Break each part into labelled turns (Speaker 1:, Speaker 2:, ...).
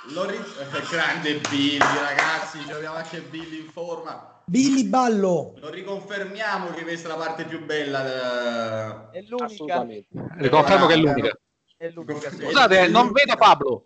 Speaker 1: grande Billy, ragazzi, ci abbiamo anche Billy in forma.
Speaker 2: Billy Ballo.
Speaker 1: Lo riconfermiamo che questa è la parte più bella.
Speaker 3: È l'unica.
Speaker 4: Assolutamente.
Speaker 5: Riconfermo che è l'unica.
Speaker 3: È l'unica.
Speaker 5: Scusate, non vedo Pablo.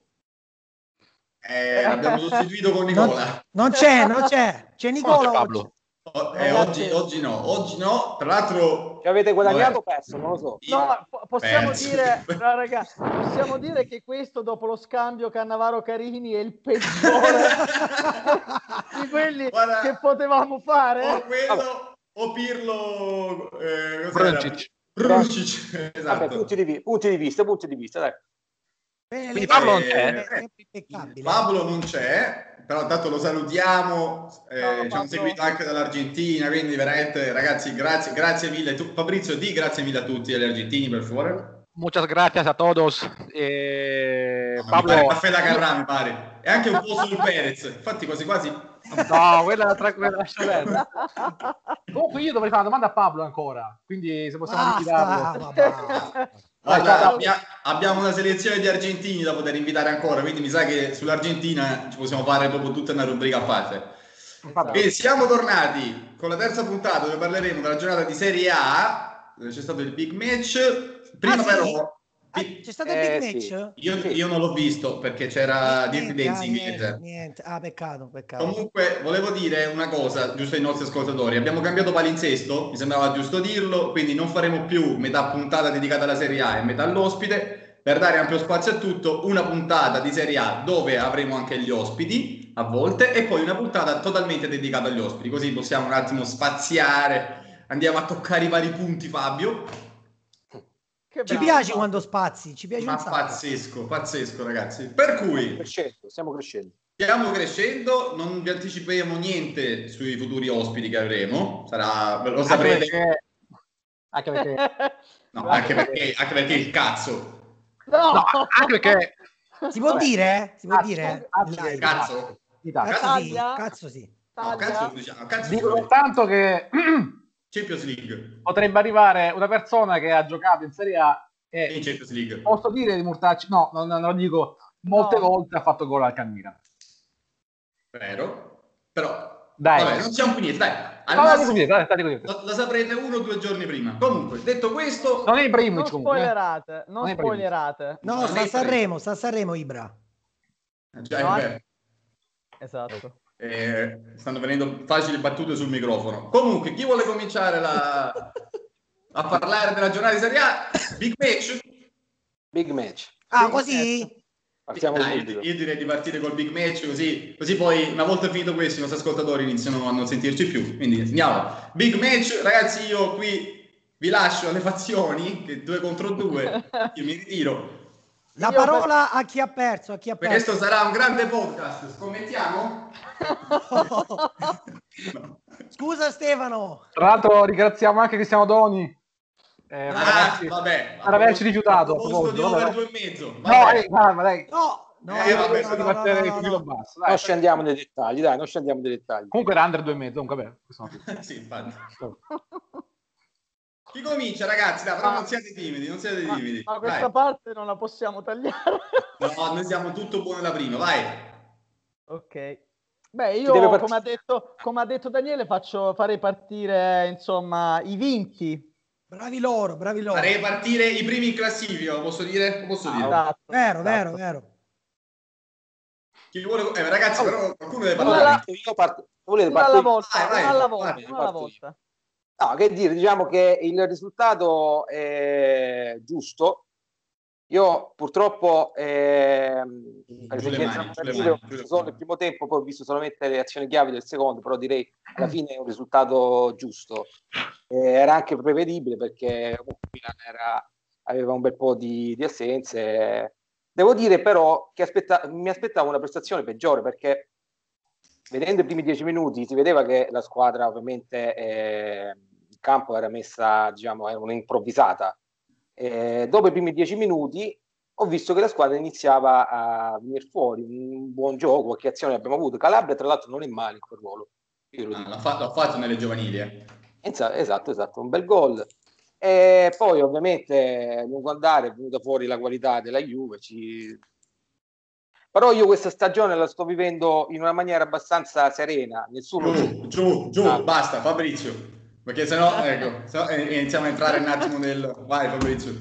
Speaker 1: L'abbiamo sostituito con Nicola.
Speaker 2: Non c'è. C'è Nicola
Speaker 5: Pablo.
Speaker 1: Oggi no. Tra l'altro
Speaker 4: Ci avete guadagnato o perso? Non lo so.
Speaker 3: No, possiamo
Speaker 1: Penso.
Speaker 3: dire, no, ragazzi, possiamo dire che questo dopo lo scambio Cannavaro-Carini è il peggiore di quelli che potevamo fare.
Speaker 1: O quello o Pirlo
Speaker 5: Bruncic.
Speaker 1: Esatto.
Speaker 4: Vabbè, punti di vista, dai.
Speaker 5: Quindi Pablo non c'è.
Speaker 1: Pablo non c'è, però tanto lo salutiamo, ci hanno seguito anche dall'Argentina, quindi veramente ragazzi grazie mille. Fabrizio, di grazie mille a tutti agli argentini, per favore.
Speaker 5: Muchas gracias a todos.
Speaker 1: Pablo, mi caffè da Carrà, mi pare. E anche un po' sul Perez, infatti quasi.
Speaker 5: No, quella lascia perdere. Comunque io dovrei fare una domanda a Pablo ancora, quindi se possiamo invitarlo.
Speaker 1: Guarda, abbiamo una selezione di argentini da poter invitare ancora, quindi mi sa che sull'Argentina ci possiamo fare proprio tutta una rubrica a parte. Quindi siamo tornati con la terza puntata dove parleremo della giornata di Serie A, dove c'è stato il big match. Prima però
Speaker 2: c'è stato il big match?
Speaker 1: Io non l'ho visto perché c'era Dirty Dancing.
Speaker 2: Niente. Peccato.
Speaker 1: Comunque volevo dire una cosa giusto ai nostri ascoltatori: abbiamo cambiato palinsesto, mi sembrava giusto dirlo, quindi non faremo più metà puntata dedicata alla Serie A e metà all'ospite, per dare ampio spazio a tutto. Una puntata di Serie A dove avremo anche gli ospiti a volte e poi una puntata totalmente dedicata agli ospiti, così possiamo un attimo spaziare, andiamo a toccare i vari punti. Fabio,
Speaker 2: ci piace quando spazi, ci piace un sacco.
Speaker 1: Pazzesco ragazzi, per cui
Speaker 4: stiamo crescendo,
Speaker 1: non vi anticipiamo niente sui futuri ospiti che avremo, lo saprete anche perché il cazzo
Speaker 5: anche perché
Speaker 2: si può dire?
Speaker 1: Cazzo sì.
Speaker 5: Dico soltanto che
Speaker 1: Champions League
Speaker 5: potrebbe arrivare una persona che ha giocato in Serie A e
Speaker 1: in Champions League.
Speaker 5: Posso dire di Murtacci? No, non lo dico. Molte volte ha fatto gol al Milan.
Speaker 1: Vero? Però
Speaker 5: dai,
Speaker 1: vabbè, non siamo finiti, dai. Lo saprete 1 o 2 giorni prima. Comunque, detto questo,
Speaker 5: non è Ibrahimovic,
Speaker 3: non spoilerate.
Speaker 2: No, sta a Sanremo Ibra.
Speaker 3: Esatto.
Speaker 1: Stanno venendo facili battute sul microfono. Comunque, chi vuole cominciare a parlare della giornata di Serie A? Big match.
Speaker 2: Così?
Speaker 4: Partiamo
Speaker 1: io direi di partire col big match, così poi una volta finito questo i nostri ascoltatori iniziano a non sentirci più, quindi andiamo. Big match, ragazzi, io qui vi lascio alle fazioni, che 2 contro 2, io mi ritiro.
Speaker 2: La parola a chi ha perso,
Speaker 1: Questo sarà un grande podcast, scommettiamo?
Speaker 2: No. Scusa Stefano.
Speaker 5: Tra l'altro ringraziamo anche Cristiano Doni per averci rifiutato.
Speaker 1: Di over 2,5.
Speaker 4: Non scendiamo nei dettagli,
Speaker 5: Comunque era under 2,5, comunque vabbè.
Speaker 1: Sì, infatti. Chi comincia, ragazzi? Dai, però non siete timidi.
Speaker 3: Ma questa parte non la possiamo tagliare.
Speaker 1: No, noi siamo tutto buono da prima, vai.
Speaker 3: Ok. Beh, io come ha detto Daniele farei partire insomma i vinti.
Speaker 2: Bravi loro.
Speaker 1: Farei partire i primi in classifica, lo posso dire?
Speaker 2: Esatto. Vero.
Speaker 1: Chi vuole... ragazzi, però qualcuno deve
Speaker 4: parlare.
Speaker 3: Una alla volta.
Speaker 4: No, che dire, diciamo che il risultato è giusto. Io purtroppo solo il primo tempo, poi ho visto solamente le azioni chiavi del secondo, però direi alla fine è un risultato giusto. Era anche prevedibile perché Milan aveva un bel po' di assenze. Devo dire però che mi aspettavo una prestazione peggiore, perché vedendo i primi 10 minuti si vedeva che la squadra ovviamente in campo era messa, diciamo, era un'improvvisata. Dopo i primi 10 minuti ho visto che la squadra iniziava a venire fuori, un buon gioco, qualche azione abbiamo avuto. Calabria tra l'altro non è male in quel ruolo.
Speaker 1: L'ha fatto nelle giovanili.
Speaker 4: Esatto, un bel gol. E poi ovviamente a lungo andare è venuta fuori la qualità della Juve, Però io questa stagione la sto vivendo in una maniera abbastanza serena. Nessuno
Speaker 1: giù, basta Fabrizio, perché sennò iniziamo a entrare un attimo nel... Vai Fabrizio.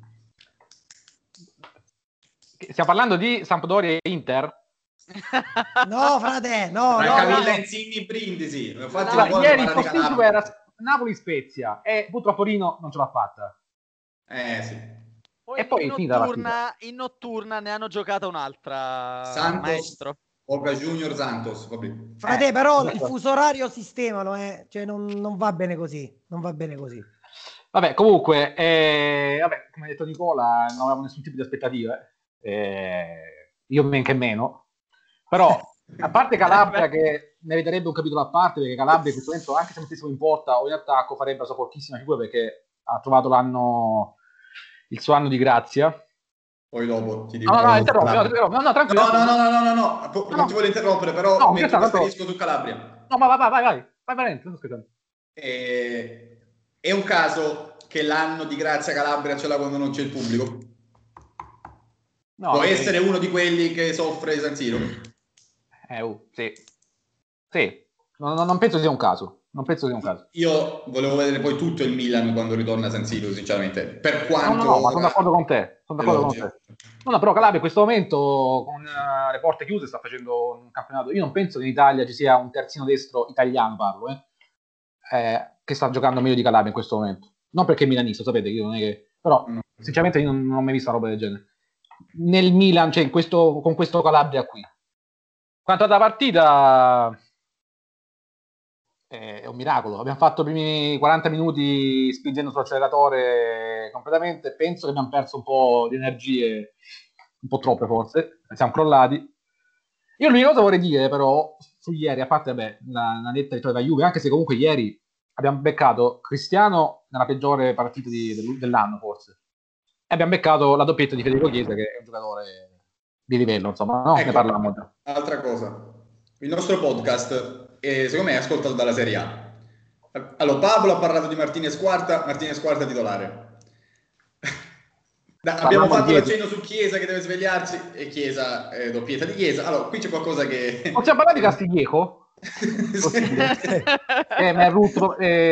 Speaker 5: Stiamo parlando di Sampdoria e Inter?
Speaker 2: No, frate, no.
Speaker 1: Camilla Insigni Brindisi.
Speaker 5: Ieri il posticipo era Napoli-Spezia e purtroppo Rino non ce l'ha fatta.
Speaker 1: Sì.
Speaker 3: Poi in notturna ne hanno giocata un'altra.
Speaker 1: Santos,
Speaker 3: maestro.
Speaker 1: Boca Junior Santos.
Speaker 2: Frate, però il fuso orario sistemalo, cioè non va bene così. Non va bene così.
Speaker 5: Vabbè, comunque, come ha detto Nicola, non avevo nessun tipo di aspettative. Io men che meno. Però, a parte Calabria, che meriterebbe un capitolo a parte, perché Calabria in questo momento, anche se mettessimo in porta o in attacco, farebbe la sua pochissima figura, perché ha trovato il suo anno di grazia.
Speaker 1: Poi dopo ti dico.
Speaker 5: No, tranquillo.
Speaker 1: No, non ti voglio interrompere, però mi riferisco su Calabria.
Speaker 5: No, ma vai, non sto scherzando.
Speaker 1: È un caso che l'anno di grazia Calabria ce l'ha quando non c'è il pubblico? Può essere uno di quelli che soffre San Siro?
Speaker 5: Sì. Non penso sia un caso.
Speaker 1: Io volevo vedere poi tutto il Milan quando ritorna a San Siro, sinceramente. Per quanto...
Speaker 5: No, ma sono d'accordo con te. No, però Calabria in questo momento con le porte chiuse sta facendo un campionato. Io non penso che in Italia ci sia un terzino destro italiano, parlo, che sta giocando meglio di Calabria in questo momento. Non perché è milanista, sapete, io non è che... Però, sinceramente, io non ho mai visto una roba del genere. Nel Milan, cioè con questo Calabria qui. Quanto alla partita... è un miracolo. Abbiamo fatto i primi 40 minuti spingendo sull'acceleratore completamente. Penso che abbiamo perso un po' di energie, un po' troppe forse. Siamo crollati. Io l'unica cosa vorrei dire però su ieri, a parte una netta vittoria da Juve, anche se comunque ieri abbiamo beccato Cristiano nella peggiore partita dell'anno forse, e abbiamo beccato la doppietta di Federico Chiesa, che è un giocatore di livello, insomma, no? Ne parliamo già.
Speaker 1: Altra cosa, il nostro podcast secondo me è ascoltato dalla Serie A. Allora, Pablo ha parlato di Martinez Quarta titolare. Abbiamo fatto l'accenno su Chiesa che deve svegliarsi e Chiesa, doppietta di Chiesa. Allora, qui c'è qualcosa che...
Speaker 5: Possiamo parlare di Castiglieco? Mi è rutto.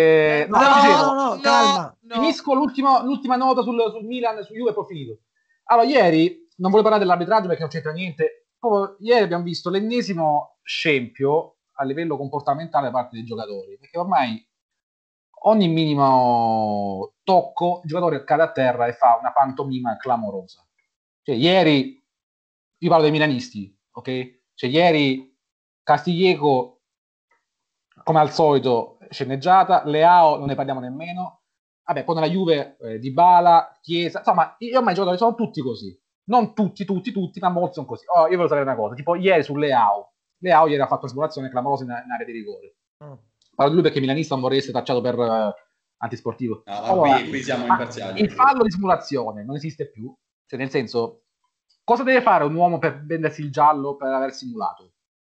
Speaker 2: No, calma.
Speaker 5: Finisco l'ultima nota sul Milan, su Juve e poi finito. Allora, ieri, non voglio parlare dell'arbitraggio perché non c'entra niente. Proprio ieri abbiamo visto l'ennesimo scempio a livello comportamentale da parte dei giocatori, perché ormai ogni minimo tocco il giocatore cade a terra e fa una pantomima clamorosa. Cioè, ieri, io parlo dei milanisti, ok? Cioè, ieri Castiglieco, come al solito, sceneggiata, Leao non ne parliamo nemmeno. Vabbè, poi nella Juve Dybala, Chiesa, insomma, io ormai i giocatori sono tutti così. Non tutti, ma molti sono così. Io voglio sapere una cosa, tipo ieri su Leao ieri ha fatto una simulazione clamorosa in area di rigore. Parlo di lui perché milanista non vorrei essere tacciato per antisportivo.
Speaker 1: No, allora, qui siamo imparziali.
Speaker 5: Il fallo di simulazione non esiste più. Cioè, nel senso, cosa deve fare un uomo per vendersi il giallo per aver simulato?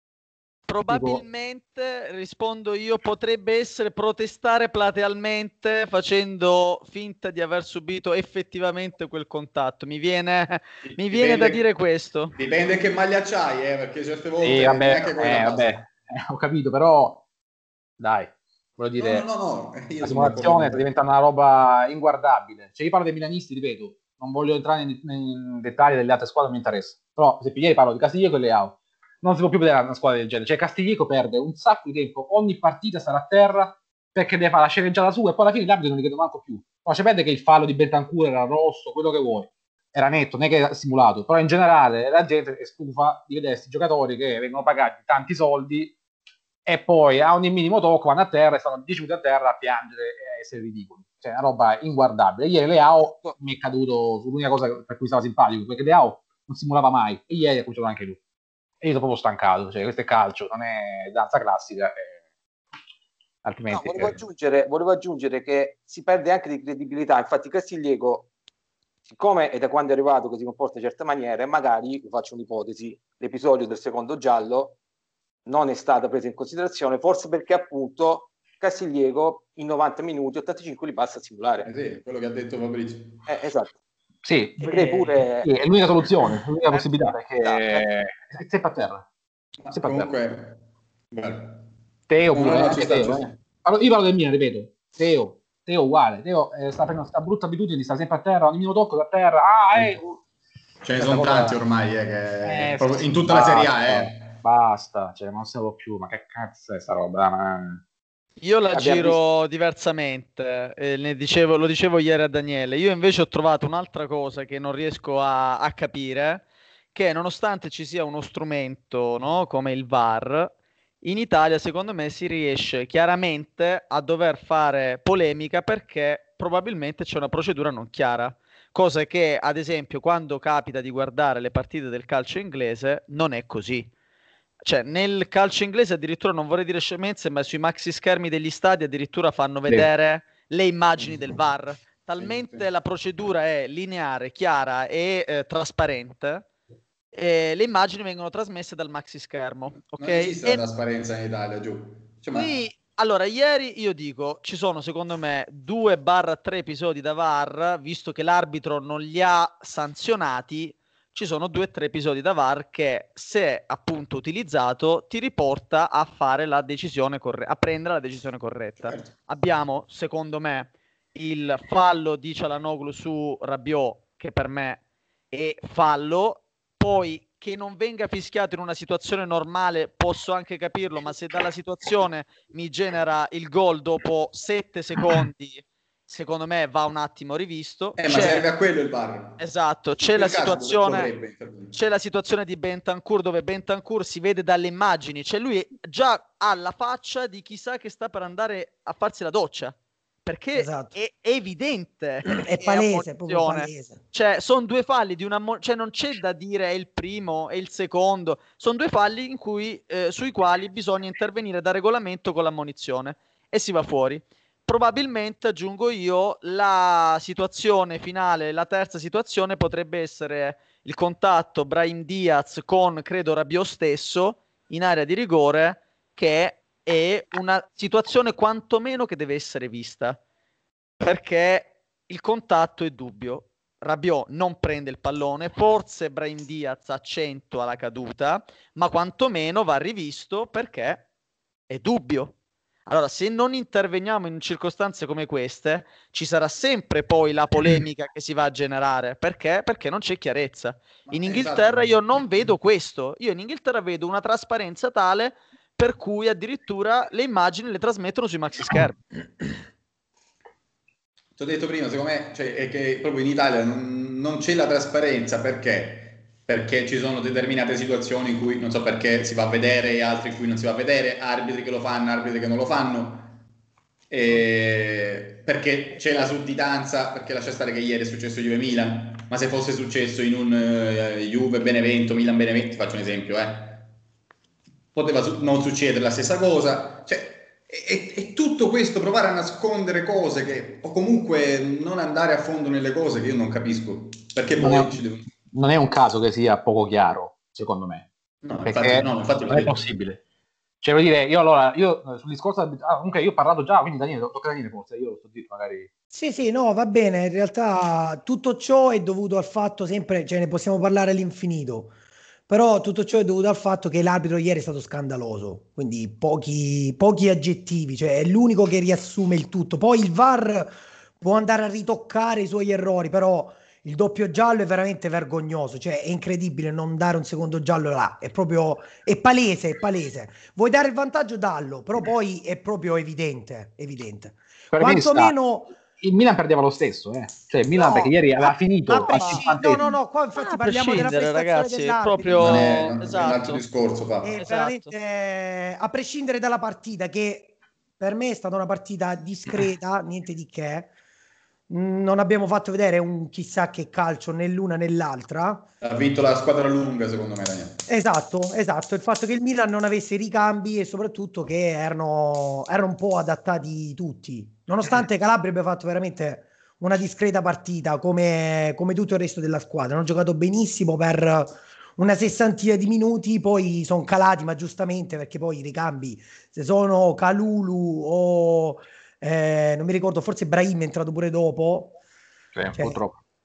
Speaker 3: Probabilmente, rispondo io, potrebbe essere protestare platealmente facendo finta di aver subito effettivamente quel contatto. Mi viene da dire questo.
Speaker 1: Dipende che maglia c'hai, perché certe volte
Speaker 5: vabbè, ho capito, però dai, voglio dire,
Speaker 1: no.
Speaker 5: La simulazione sta diventando una roba inguardabile. Cioè, io parlo dei milanisti, ripeto, non voglio entrare in dettagli delle altre squadre, non mi interessa. Però, per esempio, ieri parlo di Castiglieco e Leao. Non si può più vedere una squadra del genere. Cioè, Castiglieco perde un sacco di tempo, ogni partita sarà a terra perché deve fare la sceneggiata sua e poi alla fine l'arbitro non li credo manco più. Ma c'è perde che il fallo di Bentancur era rosso, quello che vuoi, era netto, non è che era simulato. Però in generale la gente è stufa di vedere questi giocatori che vengono pagati tanti soldi e poi a ogni minimo tocco vanno a terra e stanno 10 minuti a terra a piangere e a essere ridicoli. Cioè, una roba inguardabile. Ieri Leao mi è caduto sull'unica cosa per cui stava simpatico, perché Leao non simulava mai e ieri ha cominciato anche lui. E io sono proprio stancato, cioè questo è calcio, non è danza classica. Altrimenti,
Speaker 4: volevo aggiungere che si perde anche di credibilità. Infatti Castiglieco, siccome è da quando è arrivato che si comporta in certe maniere, magari, faccio un'ipotesi, l'episodio del secondo giallo non è stato preso in considerazione, forse perché appunto Castiglieco in 90 minuti, 85 li passa a simulare.
Speaker 1: Sì, quello che ha detto Fabrizio.
Speaker 4: Esatto.
Speaker 5: Sì,
Speaker 4: direi pure
Speaker 5: sì, è l'unica soluzione, l'unica possibilità, perché è sempre a terra.
Speaker 1: Ma
Speaker 5: Sempre a terra.
Speaker 1: comunque, guarda.
Speaker 5: Teo
Speaker 1: No, no,
Speaker 5: pure,
Speaker 1: no, ci
Speaker 5: anche
Speaker 1: sta,
Speaker 5: Teo.
Speaker 1: ci sta.
Speaker 5: Io parlo del mio, ripeto. Teo uguale. Teo sta prendendo questa brutta abitudine di stare sempre a terra, ogni mio tocco da terra.
Speaker 1: Ce ne
Speaker 5: Questa
Speaker 1: sono
Speaker 5: cosa-
Speaker 1: tanti ormai, che proprio in tutta la
Speaker 5: basta,
Speaker 1: Serie A,
Speaker 5: basta, cioè non se lo più, ma che cazzo è sta roba?
Speaker 3: Io la
Speaker 4: Abbiamo
Speaker 3: giro diversamente, lo dicevo ieri a Daniele. Io invece ho trovato un'altra cosa che non riesco a capire, che nonostante ci sia uno strumento, no, come il VAR, in Italia secondo me si riesce chiaramente a dover fare polemica perché probabilmente c'è una procedura non chiara. Cosa che, ad esempio, quando capita di guardare le partite del calcio inglese, non è così. Cioè, nel calcio inglese addirittura non vorrei dire scemenze, ma sui maxi schermi degli stadi addirittura fanno vedere le immagini del VAR. Talmente la procedura è lineare, chiara e trasparente, le immagini vengono trasmesse dal maxi schermo, ok?
Speaker 1: non esiste la
Speaker 3: E
Speaker 1: trasparenza in Italia, giù. Cioè,
Speaker 3: qui, allora, ieri io dico, ci sono secondo me 2-3 episodi da VAR, visto che l'arbitro non li ha sanzionati, ci sono 2-3 episodi da VAR che, se appunto utilizzato, ti riporta a fare la decisione corretta, a prendere la decisione corretta.
Speaker 1: certo.
Speaker 3: Abbiamo, secondo me, il fallo di Çalhanoğlu su Rabiot, che per me è fallo, poi che non venga fischiato in una situazione normale posso anche capirlo, ma se dalla situazione mi genera il gol dopo 7 secondi, secondo me va un attimo rivisto.
Speaker 1: Ma serve a quello il VAR.
Speaker 3: Esatto,
Speaker 1: In quel caso dovrebbe intervenire.
Speaker 3: c'è la situazione di Bentancur dove Bentancur si vede dalle immagini, cioè lui già ha la faccia di chissà che sta per andare a farsi la doccia, perché
Speaker 2: Esatto.
Speaker 3: è evidente,
Speaker 2: È palese, è proprio palese.
Speaker 3: cioè sono due falli cioè non c'è da dire è il primo e il secondo, sono due falli in cui, sui quali bisogna intervenire da regolamento con l'ammonizione e si va fuori. Probabilmente, aggiungo io, la situazione finale, la terza situazione potrebbe essere il contatto Brahim Diaz con, credo, Rabiot stesso in area di rigore, che è una situazione quantomeno che deve essere vista, perché il contatto è dubbio. Rabiot non prende il pallone, forse Brahim Diaz accentua la caduta, ma quantomeno va rivisto perché è dubbio. Allora, se non interveniamo in circostanze come queste, ci sarà sempre poi la polemica che si va a generare. Perché? Perché non c'è chiarezza. In Inghilterra io non vedo questo. Io in Inghilterra vedo una trasparenza tale per cui addirittura le immagini le trasmettono sui maxi schermi.
Speaker 1: Ti ho detto prima, secondo me, cioè, è che proprio in Italia non c'è la trasparenza perché ci sono determinate situazioni in cui non so perché si va a vedere e altre in cui non si va a vedere, arbitri che lo fanno, arbitri che non lo fanno, perché c'è la sudditanza, perché lascia stare che ieri è successo Juve-Milan, ma se fosse successo in un Juve-Benevento, Milan-Benevento, ti faccio un esempio, poteva non succedere la stessa cosa, cioè e tutto questo, provare a nascondere cose o comunque non andare a fondo nelle cose che io non capisco, perché poi ci devono...
Speaker 5: Non è un caso che sia poco chiaro, secondo me.
Speaker 1: No,
Speaker 5: perché
Speaker 1: infatti
Speaker 5: non è possibile. Cioè, vuol dire, io sul discorso, comunque io ho parlato già, quindi Daniele, tocca a Daniele forse, io lo sto zitto magari.
Speaker 2: Sì, no, va bene. In realtà tutto ciò è dovuto al fatto sempre, cioè ne possiamo parlare all'infinito, però tutto ciò è dovuto al fatto che l'arbitro ieri è stato scandaloso, quindi pochi aggettivi, cioè è l'unico che riassume il tutto. Poi il VAR può andare a ritoccare i suoi errori, però il doppio giallo è veramente vergognoso, cioè è incredibile non dare un secondo giallo là, è palese, è palese. Vuoi dare il vantaggio, dallo, però poi è proprio evidente.
Speaker 5: Per me
Speaker 2: Quantomeno
Speaker 5: il Milan perdeva lo stesso, cioè il Milan perché ieri aveva finito
Speaker 2: a prescindere, no, qua infatti parliamo della prestazione
Speaker 3: ragazzi,
Speaker 2: dell'arbitro.
Speaker 3: proprio
Speaker 1: è un
Speaker 3: esatto.
Speaker 1: altro discorso fa.
Speaker 2: Veramente, a prescindere dalla partita, che per me è stata una partita discreta, niente di che. Non abbiamo fatto vedere un chissà che calcio né l'una né l'altra.
Speaker 1: Ha vinto la squadra lunga, secondo me, Daniele.
Speaker 2: Esatto. Il fatto che il Milan non avesse i ricambi e soprattutto che erano un po' adattati tutti. Nonostante Calabria abbia fatto veramente una discreta partita come tutto il resto della squadra. Hanno giocato benissimo per una sessantina di minuti, poi sono calati, ma giustamente perché poi i ricambi, se sono Kalulu o non mi ricordo, forse Brahim è entrato pure dopo.
Speaker 5: Purtroppo.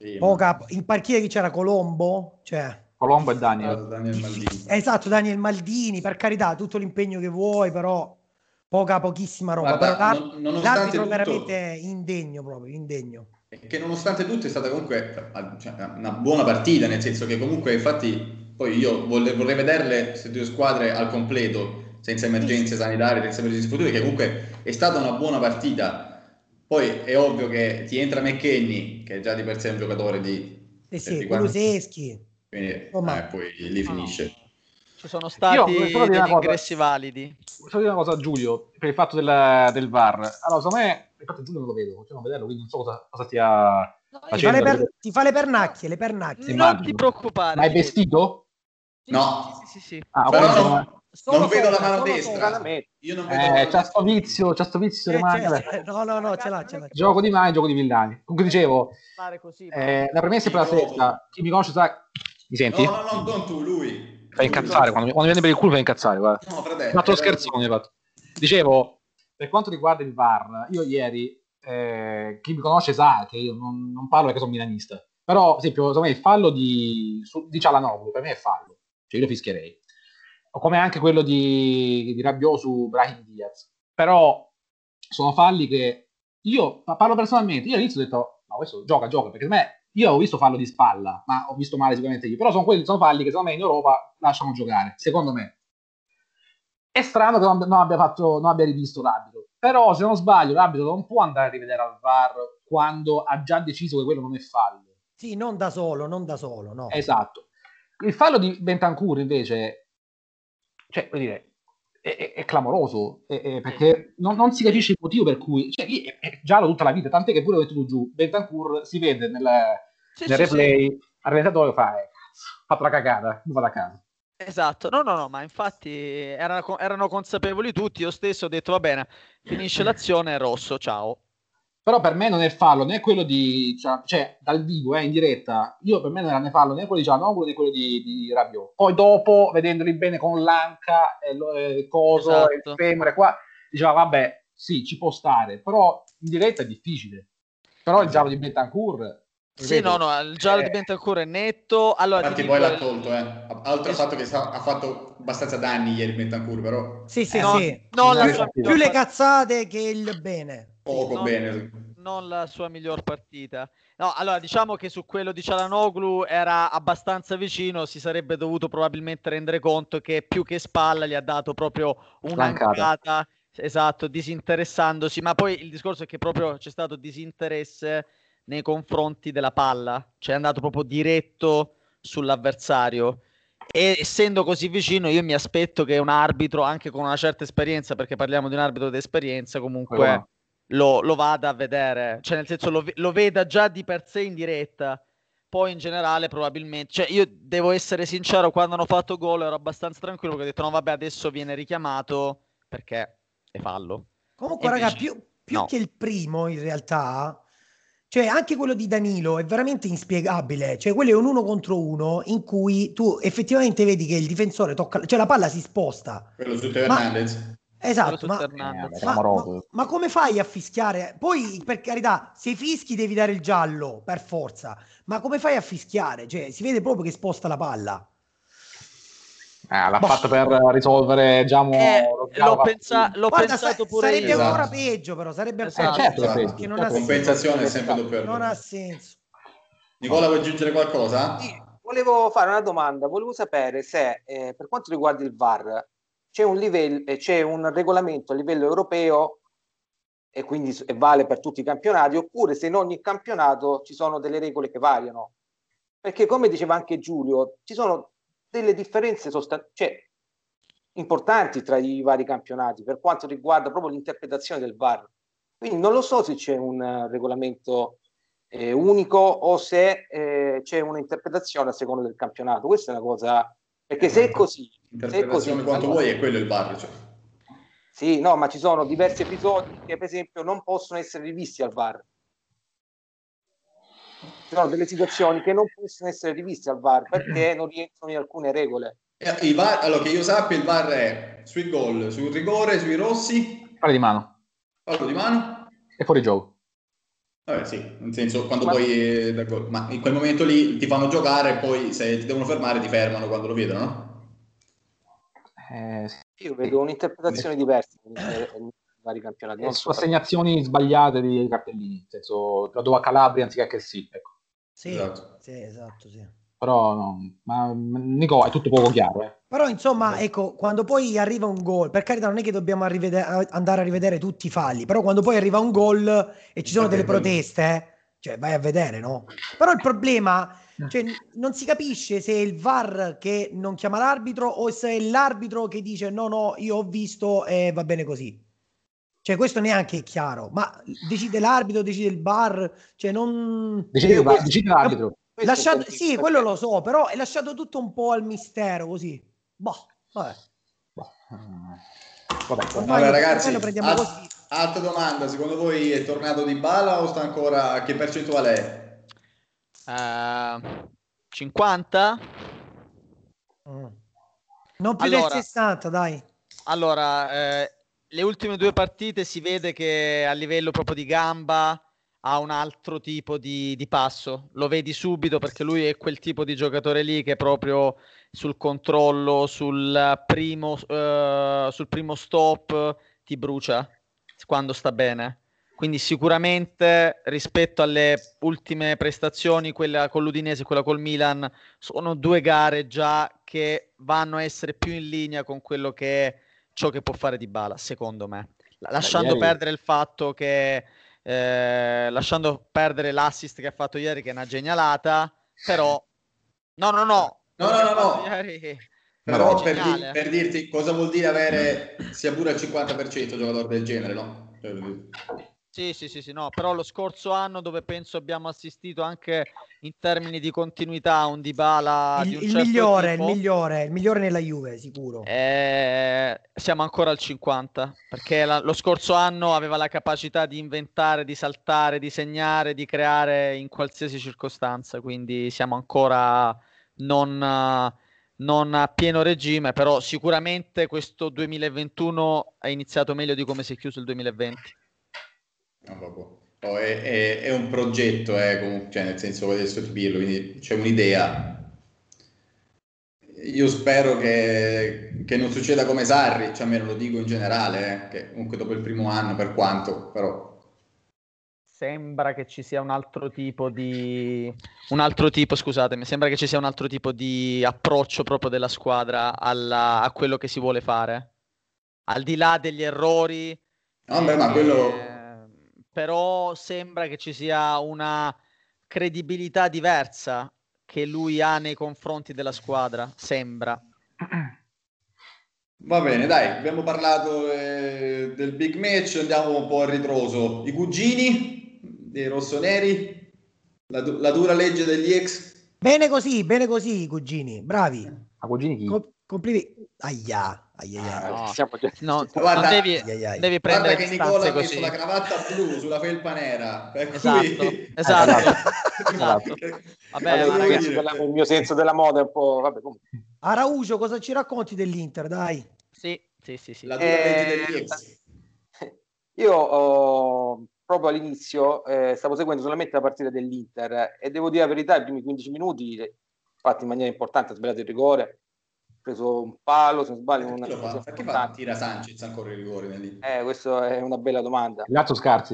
Speaker 1: Sì,
Speaker 2: In partita chi c'era? Colombo? Cioè...
Speaker 5: Colombo e Daniel.
Speaker 1: Daniel Maldini.
Speaker 2: Esatto, Daniel Maldini, per carità, tutto l'impegno che vuoi, però pochissima roba.
Speaker 1: Guarda,
Speaker 2: però
Speaker 1: nonostante
Speaker 2: l'arbitro
Speaker 1: tutto,
Speaker 2: veramente indegno, proprio indegno.
Speaker 1: che nonostante tutto è stata comunque una buona partita, nel senso che comunque infatti poi io vorrei vederle queste due squadre al completo, senza emergenze sanitarie, senza emergenze future, che comunque è stata una buona partita. Poi è ovvio che ti entra McKennie, che è già di per sé un giocatore di
Speaker 2: Kulusevski.
Speaker 1: quindi poi lì finisce.
Speaker 3: Ci sono stati degli ingressi validi.
Speaker 5: Voglio dire una cosa a Giulio, per il fatto del VAR. Allora, secondo me, infatti Giulio non lo vedo, non vederlo, quindi non so cosa stia facendo.
Speaker 2: Ti fa le pernacchie.
Speaker 3: Non ti preoccupare.
Speaker 5: Ma è vestito?
Speaker 1: No.
Speaker 3: Sì.
Speaker 1: Però non vedo la mano destra. Io non vedo
Speaker 5: c'ha sto vizio di mano.
Speaker 2: No, ce l'ha.
Speaker 5: Gioco di mani, gioco di villani. Comunque dicevo, la premessa è sempre la stessa. Chi mi conosce sa... Mi senti?
Speaker 1: No, non tu, lui.
Speaker 5: Fa incazzare, quando mi viene per il culo fa incazzare, guarda.
Speaker 1: No, fratello.
Speaker 5: Fatto lo scherzone, fatto. Dicevo, per quanto riguarda il VAR, io ieri, chi mi conosce sa che io non parlo perché sono milanista. Però, ad esempio, secondo me il fallo di Çalhanoğlu, per me è fallo. Cioè io lo fischierei. O come anche quello di Rabiot su Brahim Diaz. Però sono falli che io parlo personalmente. Io all'inizio ho detto, no, questo gioca, perché per me io ho visto fallo di spalla, ma ho visto male sicuramente io. Però sono falli che secondo me in Europa lasciano giocare, secondo me. È strano che non abbia rivisto l'arbitro. Però se non sbaglio l'arbitro non può andare a rivedere al VAR quando ha già deciso che quello non è fallo.
Speaker 2: Sì, non da solo, no.
Speaker 5: Esatto. Il fallo di Bentancur invece, cioè, vuol dire, è clamoroso, perché non si capisce il motivo per cui, cioè, è giallo tutta la vita, tant'è che pure ho detto tu giù, Bentancur si vede nel replay, al realizzatore fa, fatto la cagata, non vado a casa.
Speaker 3: Esatto, no, ma infatti erano consapevoli tutti, io stesso ho detto va bene, finisce l'azione, è rosso, ciao.
Speaker 5: Però per me non è fallo né quello cioè dal vivo, in diretta, per me non era né fallo né quello di Çalhanoğlu né quello di Rabiot. Poi dopo, vedendoli bene con l'anca e il coso,
Speaker 3: esatto.
Speaker 5: il femore qua, diceva vabbè, sì, ci può stare, però in diretta è difficile. Però il giallo di Bentancur...
Speaker 3: Sì, no, il giallo di Bentancur è netto. Allora,
Speaker 1: infatti poi l'ha tolto, altro fatto che ha fatto abbastanza danni ieri Bentancur, però
Speaker 2: sì.
Speaker 3: Più
Speaker 2: le cazzate che il bene.
Speaker 1: Bene.
Speaker 3: Non la sua miglior partita. No, allora diciamo che su quello di Çalhanoğlu era abbastanza vicino, si sarebbe dovuto probabilmente rendere conto che più che spalla gli ha dato proprio un'ancata, esatto, disinteressandosi, ma poi il discorso è che proprio c'è stato disinteresse nei confronti della palla, cioè è andato proprio diretto sull'avversario. E essendo così vicino, io mi aspetto che un arbitro, anche con una certa esperienza, perché parliamo di un arbitro di esperienza, comunque lo vada a vedere, cioè nel senso lo veda già di per sé in diretta. Poi in generale probabilmente, cioè io devo essere sincero, quando hanno fatto gol ero abbastanza tranquillo perché ho detto no vabbè adesso viene richiamato perché è fallo.
Speaker 2: Comunque raga, più che il primo in realtà, cioè anche quello di Danilo è veramente inspiegabile, cioè quello è un 1 contro 1 in cui tu effettivamente vedi che il difensore tocca, cioè la palla si sposta.
Speaker 1: Quello su Teo Hernandez.
Speaker 2: Esatto, ma come fai a fischiare? Poi per carità, se fischi devi dare il giallo per forza, ma come fai a fischiare? Cioè si vede proprio che sposta la palla.
Speaker 5: L'ha fatto per risolvere, diciamo,
Speaker 3: l'ho pensato pure
Speaker 2: sarebbe
Speaker 3: io.
Speaker 2: ancora peggio, però sarebbe
Speaker 5: certo,
Speaker 2: perché non ha
Speaker 1: compensazione è sempre doppia.
Speaker 2: Non ha senso.
Speaker 1: Nicola, vuoi aggiungere qualcosa?
Speaker 4: Sì, volevo fare una domanda, volevo sapere se per quanto riguarda il VAR c'è un regolamento a livello europeo e quindi vale per tutti i campionati, oppure se in ogni campionato ci sono delle regole che variano, perché come diceva anche Giulio ci sono delle differenze importanti tra i vari campionati per quanto riguarda proprio l'interpretazione del VAR, quindi non lo so se c'è un regolamento unico o se c'è un'interpretazione a seconda del campionato. Questa è una cosa, perché se è così
Speaker 1: quanto vuoi è quello il VAR, cioè.
Speaker 4: Sì, no, ma ci sono diversi episodi che per esempio non possono essere rivisti al VAR. Ci sono delle situazioni che non possono essere riviste al VAR perché non rientrano in alcune regole.
Speaker 1: Allora, che io sappia, il VAR è sui gol, sul rigore, sui rossi,
Speaker 5: fallo di mano
Speaker 1: e fuori gioco. Vabbè, sì, nel senso, quando poi ma in quel momento lì ti fanno giocare e poi se ti devono fermare ti fermano quando lo vedono, no?
Speaker 5: Sì.
Speaker 4: Io vedo un'interpretazione diversa nei vari campionati. Non
Speaker 5: Su
Speaker 4: so.
Speaker 5: assegnazioni sbagliate di cartellini, nel senso la do a Calabria anziché che sì, ecco.
Speaker 2: Sì,
Speaker 1: Esatto.
Speaker 2: sì, esatto, sì.
Speaker 5: Però no, ma Nico, è tutto poco chiaro.
Speaker 2: Però insomma, ecco, quando poi arriva un gol, per carità non è che dobbiamo andare a rivedere tutti i falli, però quando poi arriva un gol e ci sono delle proteste, cioè vai a vedere, no? Però il problema, cioè, non si capisce se è il VAR che non chiama l'arbitro o se è l'arbitro che dice no, io ho visto e va bene così. Cioè questo neanche è chiaro, ma decide l'arbitro, decide il VAR, cioè non...
Speaker 5: Decide l'arbitro.
Speaker 2: Sì, quello lo so, però è lasciato tutto un po' al mistero così. Boh, vabbè.
Speaker 1: Allora, ragazzi,
Speaker 2: lo prendiamo così.
Speaker 1: altra domanda, secondo voi è tornato Dybala o sta ancora, che percentuale è?
Speaker 3: 50?
Speaker 2: Non più del 60, dai.
Speaker 3: Allora, le ultime 2 partite si vede che a livello proprio di gamba ha un altro tipo di passo, lo vedi subito perché lui è quel tipo di giocatore lì che proprio sul controllo, sul primo stop ti brucia quando sta bene. Quindi sicuramente rispetto alle ultime prestazioni, quella con l'Udinese e quella col Milan, sono 2 gare già che vanno a essere più in linea con quello che è ciò che può fare Dybala, secondo me. Lasciando perdere il fatto che lasciando perdere l'assist che ha fatto ieri, che è una genialata, però no. Ieri...
Speaker 1: Però per dirti cosa vuol dire avere sia pure al 50% giocatore del genere, no?
Speaker 3: Sì, no, però lo scorso anno dove penso abbiamo assistito anche in termini di continuità a un Dybala di un certo
Speaker 2: migliore,
Speaker 3: tipo,
Speaker 2: il migliore nella Juve, sicuro.
Speaker 3: Siamo ancora al 50, perché lo scorso anno aveva la capacità di inventare, di saltare, di segnare, di creare in qualsiasi circostanza, quindi siamo ancora non a pieno regime, però sicuramente questo 2021 è iniziato meglio di come si è chiuso il 2020.
Speaker 1: È un progetto, comunque, cioè, nel senso adesso ti dirlo, quindi c'è un'idea. Io spero che non succeda come Sarri, cioè, almeno lo dico in generale, che comunque dopo il primo anno, per quanto, però...
Speaker 3: Sembra che ci sia un altro tipo di approccio proprio della squadra a quello che si vuole fare, al di là degli errori.
Speaker 1: Ma quello...
Speaker 3: Però sembra che ci sia una credibilità diversa che lui ha nei confronti della squadra, sembra.
Speaker 1: Va bene, dai, abbiamo parlato del big match, andiamo un po' a ritroso. I cugini dei rossoneri, la dura legge degli ex.
Speaker 2: Bene così, cugini, bravi.
Speaker 5: A cugini chi?
Speaker 2: Complimenti. Aia.
Speaker 3: No,
Speaker 1: guarda,
Speaker 3: devi prendere
Speaker 1: che
Speaker 3: distanze
Speaker 1: Nicola ha
Speaker 3: così.
Speaker 1: messo la cravatta blu sulla felpa nera, per
Speaker 3: Esatto.
Speaker 4: Vabbè, il mio senso della moda è un po'... Vabbè, comunque.
Speaker 2: Araujo, cosa ci racconti dell'Inter, dai?
Speaker 3: Sì.
Speaker 1: La dura legge degli ex.
Speaker 4: Io proprio all'inizio stavo seguendo solamente la partita dell'Inter e devo dire la verità, i primi 15 minuti fatti in maniera importante, ha sbagliato il rigore, ha preso un palo, se non sbaglio.
Speaker 1: Perché tira Sanchez ancora il rigore nell'Inter?
Speaker 4: Questa è una bella domanda.
Speaker 5: Lazio Scarsi.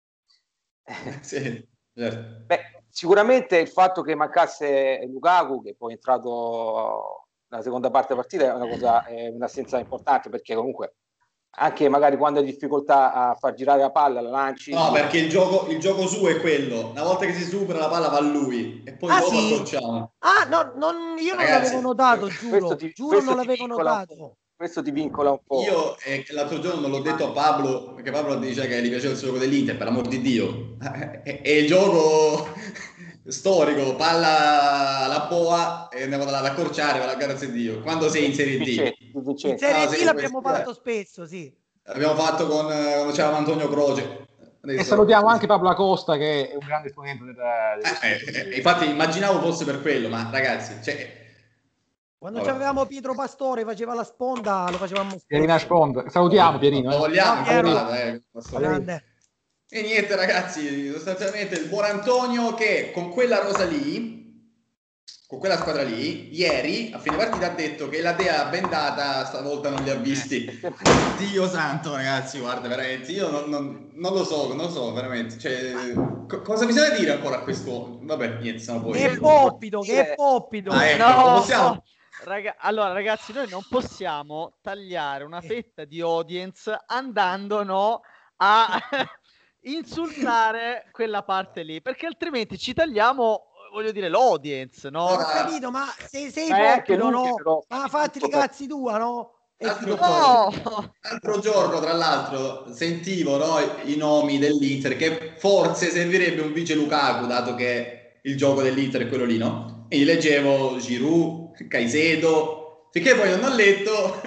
Speaker 1: Sì, certo.
Speaker 4: Beh, sicuramente il fatto che mancasse Lukaku, che poi è entrato nella seconda parte della partita, è un'assenza importante, perché comunque anche magari quando hai difficoltà a far girare la palla la lanci.
Speaker 1: No, perché il gioco suo è quello, una volta che si supera la palla va a lui e poi dopo accorciamo.
Speaker 2: Io non l'avevo notato, giuro non l'avevo notato.
Speaker 4: Questo ti vincola un po'.
Speaker 1: Io l'altro giorno non l'ho detto a Pablo, perché Pablo dice che gli piaceva il gioco dell'Inter, per l'amor di Dio. È il gioco storico, palla alla boa e andiamo ad accorciare, la gara di Dio. Quando sei in Serie D?
Speaker 2: In Serie D l'abbiamo fatto spesso, sì.
Speaker 1: L'abbiamo fatto quando c'era Antonio Croce.
Speaker 5: E salutiamo anche Pablo Acosta, che è un grande esponente
Speaker 1: infatti immaginavo fosse per quello, ma ragazzi,
Speaker 2: quando avevamo Pietro Pastore faceva la sponda, lo facevamo
Speaker 5: Pierina Sponda. Salutiamo Pierino.
Speaker 1: Lo vogliamo,
Speaker 2: grande.
Speaker 1: E niente ragazzi, sostanzialmente il buon Antonio che con quella rosa lì, con quella squadra lì, ieri a fine partita ha detto che la dea bendata stavolta non li ha visti. Dio santo ragazzi, guarda veramente, io non lo so veramente, cioè, cosa bisogna dire ancora a questo? Vabbè, niente, siamo poi...
Speaker 2: Che poppido, che poppido.
Speaker 1: ecco,
Speaker 3: No,
Speaker 1: possiamo...
Speaker 3: allora ragazzi, noi non possiamo tagliare una fetta di audience andando a insultare quella parte lì, perché altrimenti ci tagliamo, voglio dire, l'audience, no?
Speaker 2: Ho capito, ma se sei
Speaker 4: anche
Speaker 2: poppido,
Speaker 4: lui,
Speaker 2: no?
Speaker 4: però.
Speaker 2: Ma fatti i cazzi tua, no? E
Speaker 1: L'altro giorno, tra l'altro, sentivo, no, i nomi dell'Inter, che forse servirebbe un vice Lukaku, dato che il gioco dell'Inter è quello lì, no? E leggevo Giroud, Caicedo, finché poi non ho letto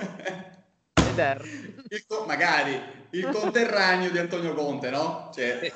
Speaker 1: magari il conterraneo di Antonio Conte, no? Cioè...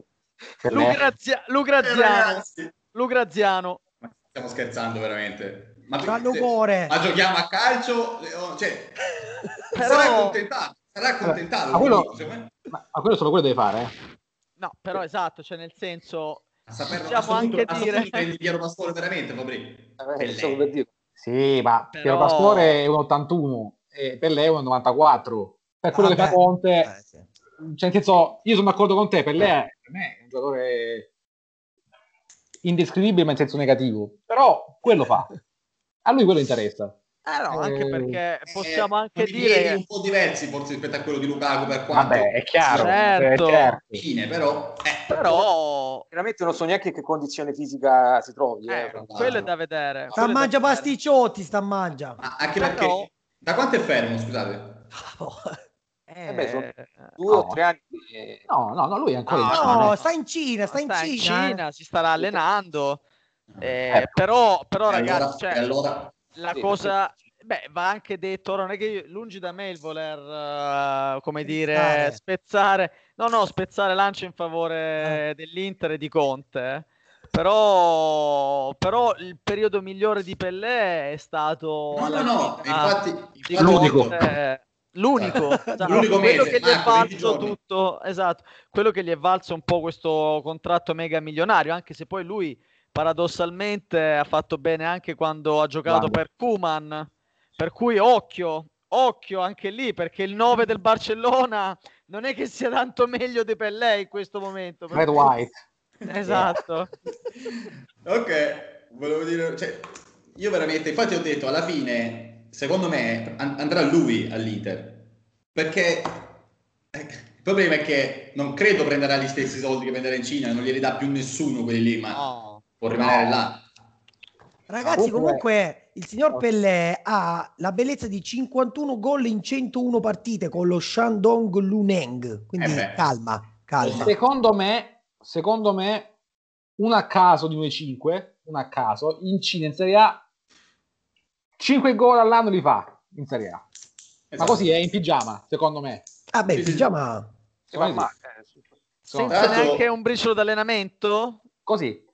Speaker 3: Lugraziano.
Speaker 1: Stiamo scherzando veramente. Ma giochiamo a calcio? Cioè,
Speaker 3: però...
Speaker 1: sarà accontentato.
Speaker 5: Ma quello solo quello deve fare.
Speaker 3: No, però esatto, cioè nel senso
Speaker 1: possiamo anche dire prendi Piero Pastore veramente, Fabri.
Speaker 5: Per dire. Sì, ma però... Piero Pastore è un 81 e Pellè è un 94. Per quello che fa Conte, sì. Cioè, nel senso, io sono d'accordo con te, Pellè per me è un giocatore indescrivibile ma in senso negativo, però quello fa. A lui quello interessa.
Speaker 3: No, anche perché possiamo anche dire
Speaker 1: un po' diversi forse rispetto a quello di Lukaku, per quanto
Speaker 5: vabbè, è chiaro,
Speaker 3: certo.
Speaker 1: Fine, però
Speaker 4: veramente non so neanche in che condizione fisica si trovi.
Speaker 3: Quello è da vedere.
Speaker 2: Sta mangia pasticciotti, sta mangia.
Speaker 1: Anche perché da quanto è fermo, scusate?
Speaker 4: Sono 2 o 3 anni.
Speaker 5: No, lui è ancora
Speaker 2: no, sta in Cina,
Speaker 3: si starà allenando. Però ragazzi, la cosa va anche detto, non è che lungi da me il voler spezzare lancio in favore dell'Inter e di Conte, però il periodo migliore di Pellè è stato
Speaker 1: infatti
Speaker 3: l'unico
Speaker 1: quello
Speaker 3: mese, che gli è valso tutto, esatto, quello che gli è valso un po' questo contratto mega milionario, anche se poi lui paradossalmente ha fatto bene anche quando ha giocato per Koeman, per cui occhio anche lì, perché il 9 del Barcellona non è che sia tanto meglio di Pellè in questo momento.
Speaker 5: Red White.
Speaker 3: Esatto.
Speaker 1: Ok, volevo dire, cioè, io veramente, infatti ho detto, alla fine, secondo me, andrà lui all'Inter, perché il problema è che non credo prenderà gli stessi soldi che prenderà in Cina, non glieli dà più nessuno quelli lì, ma può rimanere là.
Speaker 2: Ragazzi, comunque il signor Pellè ha la bellezza di 51 gol in 101 partite con lo Shandong Luneng, quindi calma.
Speaker 5: Secondo me un a caso di 2-5, un a caso in Cina in Serie A 5 gol all'anno li fa in Serie A. Esatto. Ma così è in pigiama, secondo me.
Speaker 2: In pigiama
Speaker 3: senza neanche un briciolo d'allenamento?
Speaker 5: Così.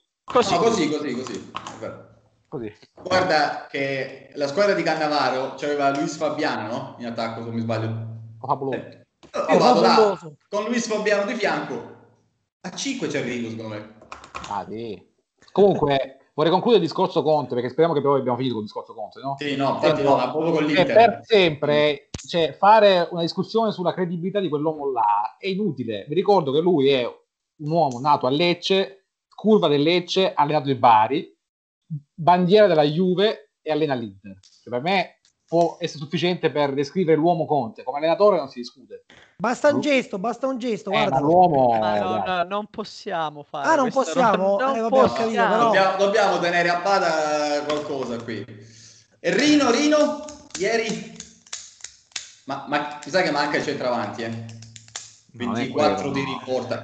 Speaker 1: Guarda che la squadra di Cannavaro c'aveva Luis Fabiano, no? In attacco, se non mi sbaglio.
Speaker 2: Fabuloso.
Speaker 1: Con Luis Fabiano di fianco a 5 ci arrivo, secondo me.
Speaker 5: Comunque vorrei concludere il discorso Conte, perché speriamo che poi abbiamo finito con il discorso Conte, no?
Speaker 1: Sì, no, infatti no, ma proprio con l'Inter.
Speaker 5: Per sempre, cioè, fare una discussione sulla credibilità di quell'uomo là è inutile. Vi ricordo che lui è un uomo nato a Lecce, curva del Lecce, allenato di Bari, bandiera della Juve e allena l'Inter. Cioè, per me può essere sufficiente per descrivere l'uomo Conte. Come allenatore non si discute.
Speaker 2: Basta un gesto, guarda.
Speaker 5: L'uomo...
Speaker 3: no, non possiamo fare.
Speaker 2: Non possiamo?
Speaker 1: Dobbiamo tenere a bada qualcosa qui. E Rino, ieri... Ma mi sa che manca il centravanti, 24 di riporta.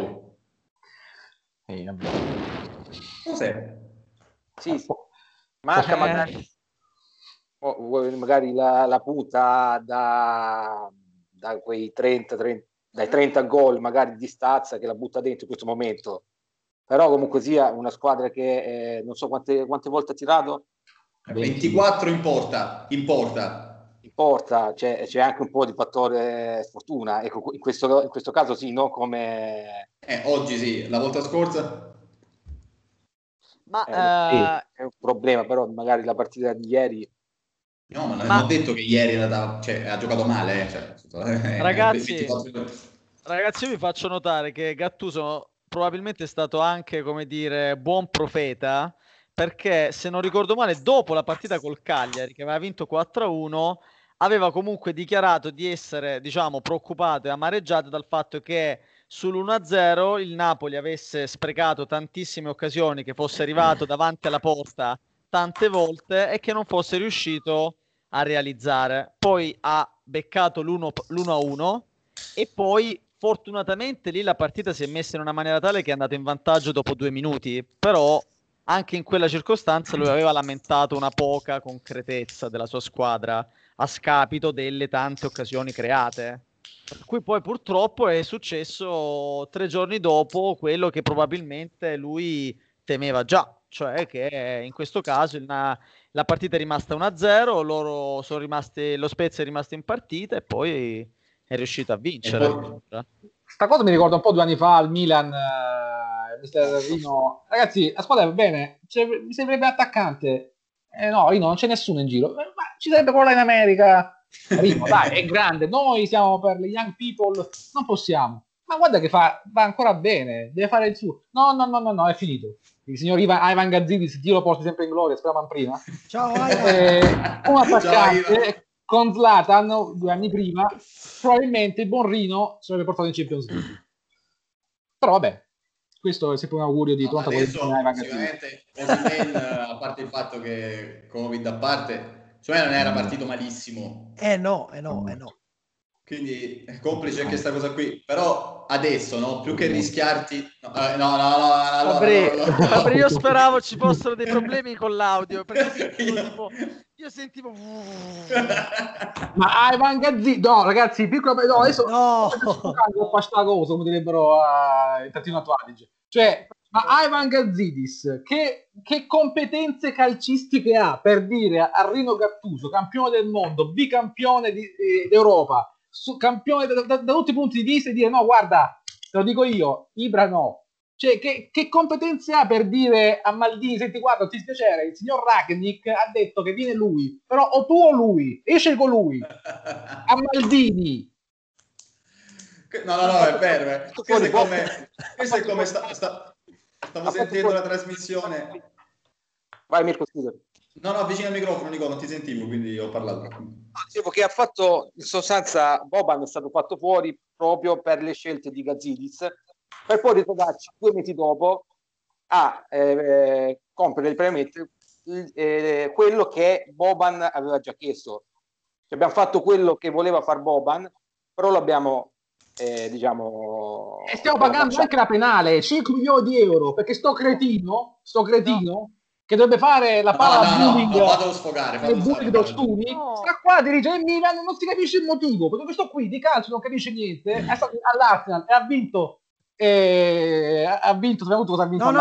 Speaker 1: Cos'è?
Speaker 4: Sì. Manca magari la punta da quei 30 dai 30 gol magari di distanza che la butta dentro in questo momento, però comunque sia una squadra che non so quante volte ha tirato,
Speaker 1: 24 in porta
Speaker 4: importa, c'è anche un po' di fattore sfortuna, ecco, in questo caso sì, no? Come
Speaker 1: Oggi sì, la volta scorsa...
Speaker 3: Ma
Speaker 4: sì, è un problema, però magari la partita di ieri...
Speaker 1: No, ma non ho detto che ieri ha giocato male.
Speaker 3: Ragazzi,
Speaker 1: 24...
Speaker 3: io vi faccio notare che Gattuso probabilmente è stato anche, come dire, buon profeta, perché se non ricordo male, dopo la partita col Cagliari, che aveva vinto 4-1, aveva comunque dichiarato di essere, diciamo, preoccupato e amareggiato dal fatto che sull'1-0 il Napoli avesse sprecato tantissime occasioni, che fosse arrivato davanti alla porta tante volte e che non fosse riuscito a realizzare. Poi ha beccato l'1-1 e poi fortunatamente lì la partita si è messa in una maniera tale che è andato in vantaggio dopo 2 minuti, però anche in quella circostanza lui aveva lamentato una poca concretezza della sua squadra a scapito delle tante occasioni create. Per cui poi purtroppo è successo 3 giorni dopo quello che probabilmente lui temeva già, cioè che in questo caso la partita è rimasta 1-0, loro sono rimasti, lo Spezia è rimasto in partita e poi è riuscito a vincere.
Speaker 5: Sta cosa mi ricorda un po' 2 anni fa al Milan, mister Rino. Ragazzi, la squadra va bene, mi servirebbe attaccante. No, Rino, non c'è nessuno in giro. Ma ci sarebbe quello là in America. Rino, dai, è grande. Noi siamo per le young people, non possiamo. Ma guarda che va ancora bene, deve fare il suo. No, è finito. Il signor Ivan Gazzidis, Dio lo porti sempre in gloria, speriamo prima.
Speaker 2: Ciao Ivan.
Speaker 5: Un attaccante con Zlatan 2 anni prima, probabilmente il buon Rino sarebbe portato in Champions League. Però vabbè, questo è sempre un augurio di pronta
Speaker 1: posizione. Sicuramente Osimhen, a parte il fatto che Covid a parte, cioè non era partito malissimo.
Speaker 2: No.
Speaker 1: Quindi è complice anche questa cosa qui, però adesso, no? Più che rischiarti...
Speaker 3: Fabri, io speravo ci fossero dei problemi con l'audio, perché io sentivo...
Speaker 5: Ma Ivan Gazzidis... No, ragazzi, piccolo... No, adesso... No! Questa cosa, come direbbero in Trentino Alto Adige. Cioè, ma Ivan Gazzidis, che competenze calcistiche ha per dire a Rino Gattuso, campione del mondo, bicampione d'Europa, campione da tutti i punti di vista, e dire no, guarda, te lo dico io, Ibra no. Cioè, che competenze ha per dire a Maldini, senti, guarda, ti spiacere, il signor Ragnik ha detto che viene lui, però o tu o lui, io scelgo lui. A Maldini.
Speaker 1: No, è vero. Questo è come stavo sentendo la trasmissione.
Speaker 4: Vai Mirko, scusa.
Speaker 1: No, vicino al microfono, Nico, non ti sentivo, quindi ho parlato.
Speaker 4: Dicevo che ha fatto, in sostanza, Boban è stato fatto fuori proprio per le scelte di Gazzidis, per poi ritrovarci 2 mesi dopo a compiere praticamente quello che Boban aveva già chiesto. Cioè, abbiamo fatto quello che voleva far Boban, però l'abbiamo diciamo...
Speaker 5: E stiamo pagando anche la penale, 5 milioni di euro, perché sto cretino che dovrebbe fare la palla bullying,
Speaker 1: vado a sfogare,
Speaker 5: sta qua dirige il Milan, non si capisce il motivo, perché questo qui di calcio non capisce niente, è stato all'Arsenal e ha vinto soprattutto cosa ha vinto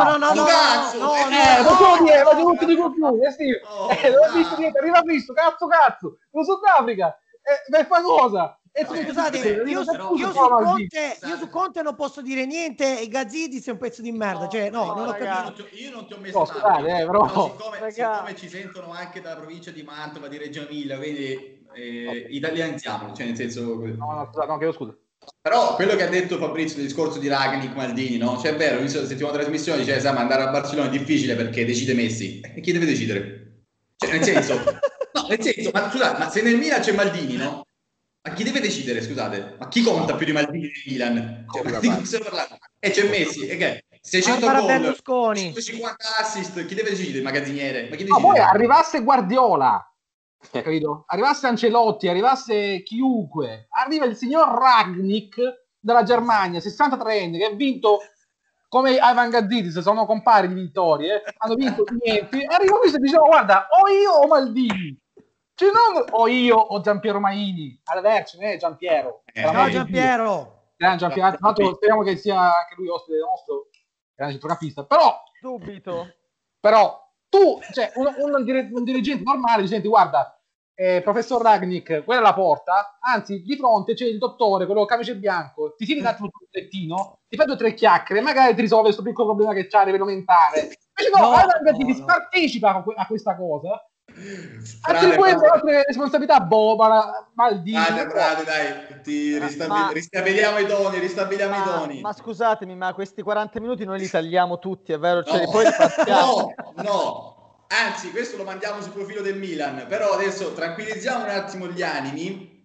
Speaker 5: arriva visto, cazzo lo Sudafrica per fare cosa?
Speaker 2: Scusate, io su Conte non posso dire niente e Gazzidis è un pezzo di merda, cioè non ho capito.
Speaker 1: Io non ti ho messo
Speaker 5: però
Speaker 1: siccome ci sentono anche dalla provincia di Mantova, di Reggio Emilia, quindi italianizziamo, cioè nel senso
Speaker 5: scusa.
Speaker 1: Però quello che ha detto Fabrizio del discorso di Ragnik, Maldini, no? Cioè è vero, visto la settimana trasmissione, dice ma andare a Barcellona è difficile perché decide Messi. E chi deve decidere? Cioè nel senso, ma scusate, ma se nel Milan c'è Maldini, no? Ma chi deve decidere, scusate? Ma chi conta più di Maldini nel Milan? Cioè, di cosa stiamo parlando? E c'è Messi, e che? 600 gol, 150 assist, chi deve decidere? Il magazziniere? Ma chi decide?
Speaker 5: Poi arrivasse Guardiola, capito? Arrivasse Ancelotti, arrivasse chiunque, arriva il signor Ragnik dalla Germania, 63enne, che ha vinto come Ivan Gazzidis, sono compari di vittorie, hanno vinto niente, arriva questo e diceva guarda, o io o Maldini, cioè non o io o Giampiero Maini, alla Vergine, Giampiero.
Speaker 2: Ciao Giampiero.
Speaker 5: Tra l'altro speriamo che sia anche lui ospite nostro, grande centrocampista, però
Speaker 3: subito.
Speaker 5: Però tu, cioè un dirigente normale, senti, guarda, professor Ragnick, quella è la porta, anzi di fronte c'è il dottore, quello con camice bianco, ti tieni un attimo sul lettino, ti fai 2 o 3 chiacchiere, magari ti risolve questo piccolo problema che c'ha a livello mentale. Invece no, partecipa a questa cosa, attribuendo altre responsabilità a Boba, Maldini.
Speaker 1: Brate, dai, ristabiliamo i toni.
Speaker 3: Ma scusatemi, ma questi 40 minuti noi li tagliamo tutti, è vero? Cioè,
Speaker 1: No,
Speaker 3: poi li passiamo.
Speaker 1: no, anzi questo lo mandiamo sul profilo del Milan, però adesso tranquillizziamo un attimo gli animi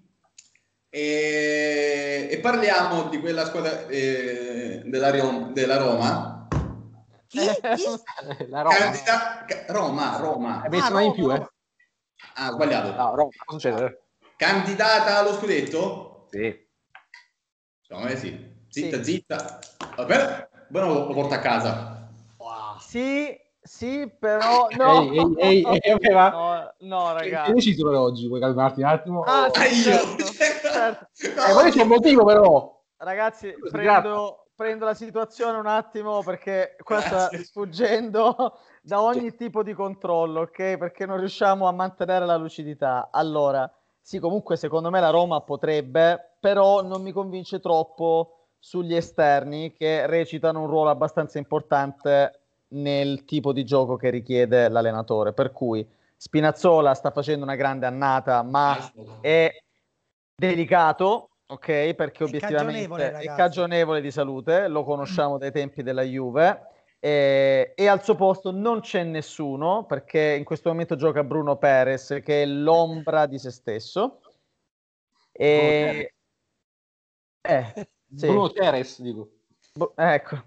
Speaker 1: e parliamo di quella squadra della Roma.
Speaker 2: Chi?
Speaker 5: La Roma.
Speaker 1: Roma.
Speaker 5: Hai messo una in più,
Speaker 1: Ah, sbagliato.
Speaker 5: No, Roma, cosa succede?
Speaker 1: Candidata allo scudetto?
Speaker 5: Sì.
Speaker 1: Secondo me sì. Zitta. Vabbè, lo porta a casa.
Speaker 3: Wow. Sì, però no.
Speaker 5: Ehi,
Speaker 3: no, ragazzi.
Speaker 5: Che deciso per oggi? Vuoi calmarti un attimo?
Speaker 3: Sì, certo.
Speaker 5: Poi c'è un motivo, però.
Speaker 3: Ragazzi, prendo la situazione un attimo perché qua sta sfuggendo da ogni tipo di controllo, ok? Perché non riusciamo a mantenere la lucidità. Allora, sì, comunque secondo me la Roma potrebbe, però non mi convince troppo sugli esterni che recitano un ruolo abbastanza importante nel tipo di gioco che richiede l'allenatore. Per cui Spinazzola sta facendo una grande annata, ma è delicato. Ok, perché obiettivamente è cagionevole di salute, lo conosciamo dai tempi della Juve, e al suo posto non c'è nessuno, perché in questo momento gioca Bruno Perez, che è l'ombra di se stesso. Sì.
Speaker 5: Bruno Teres, dico.
Speaker 3: Ecco.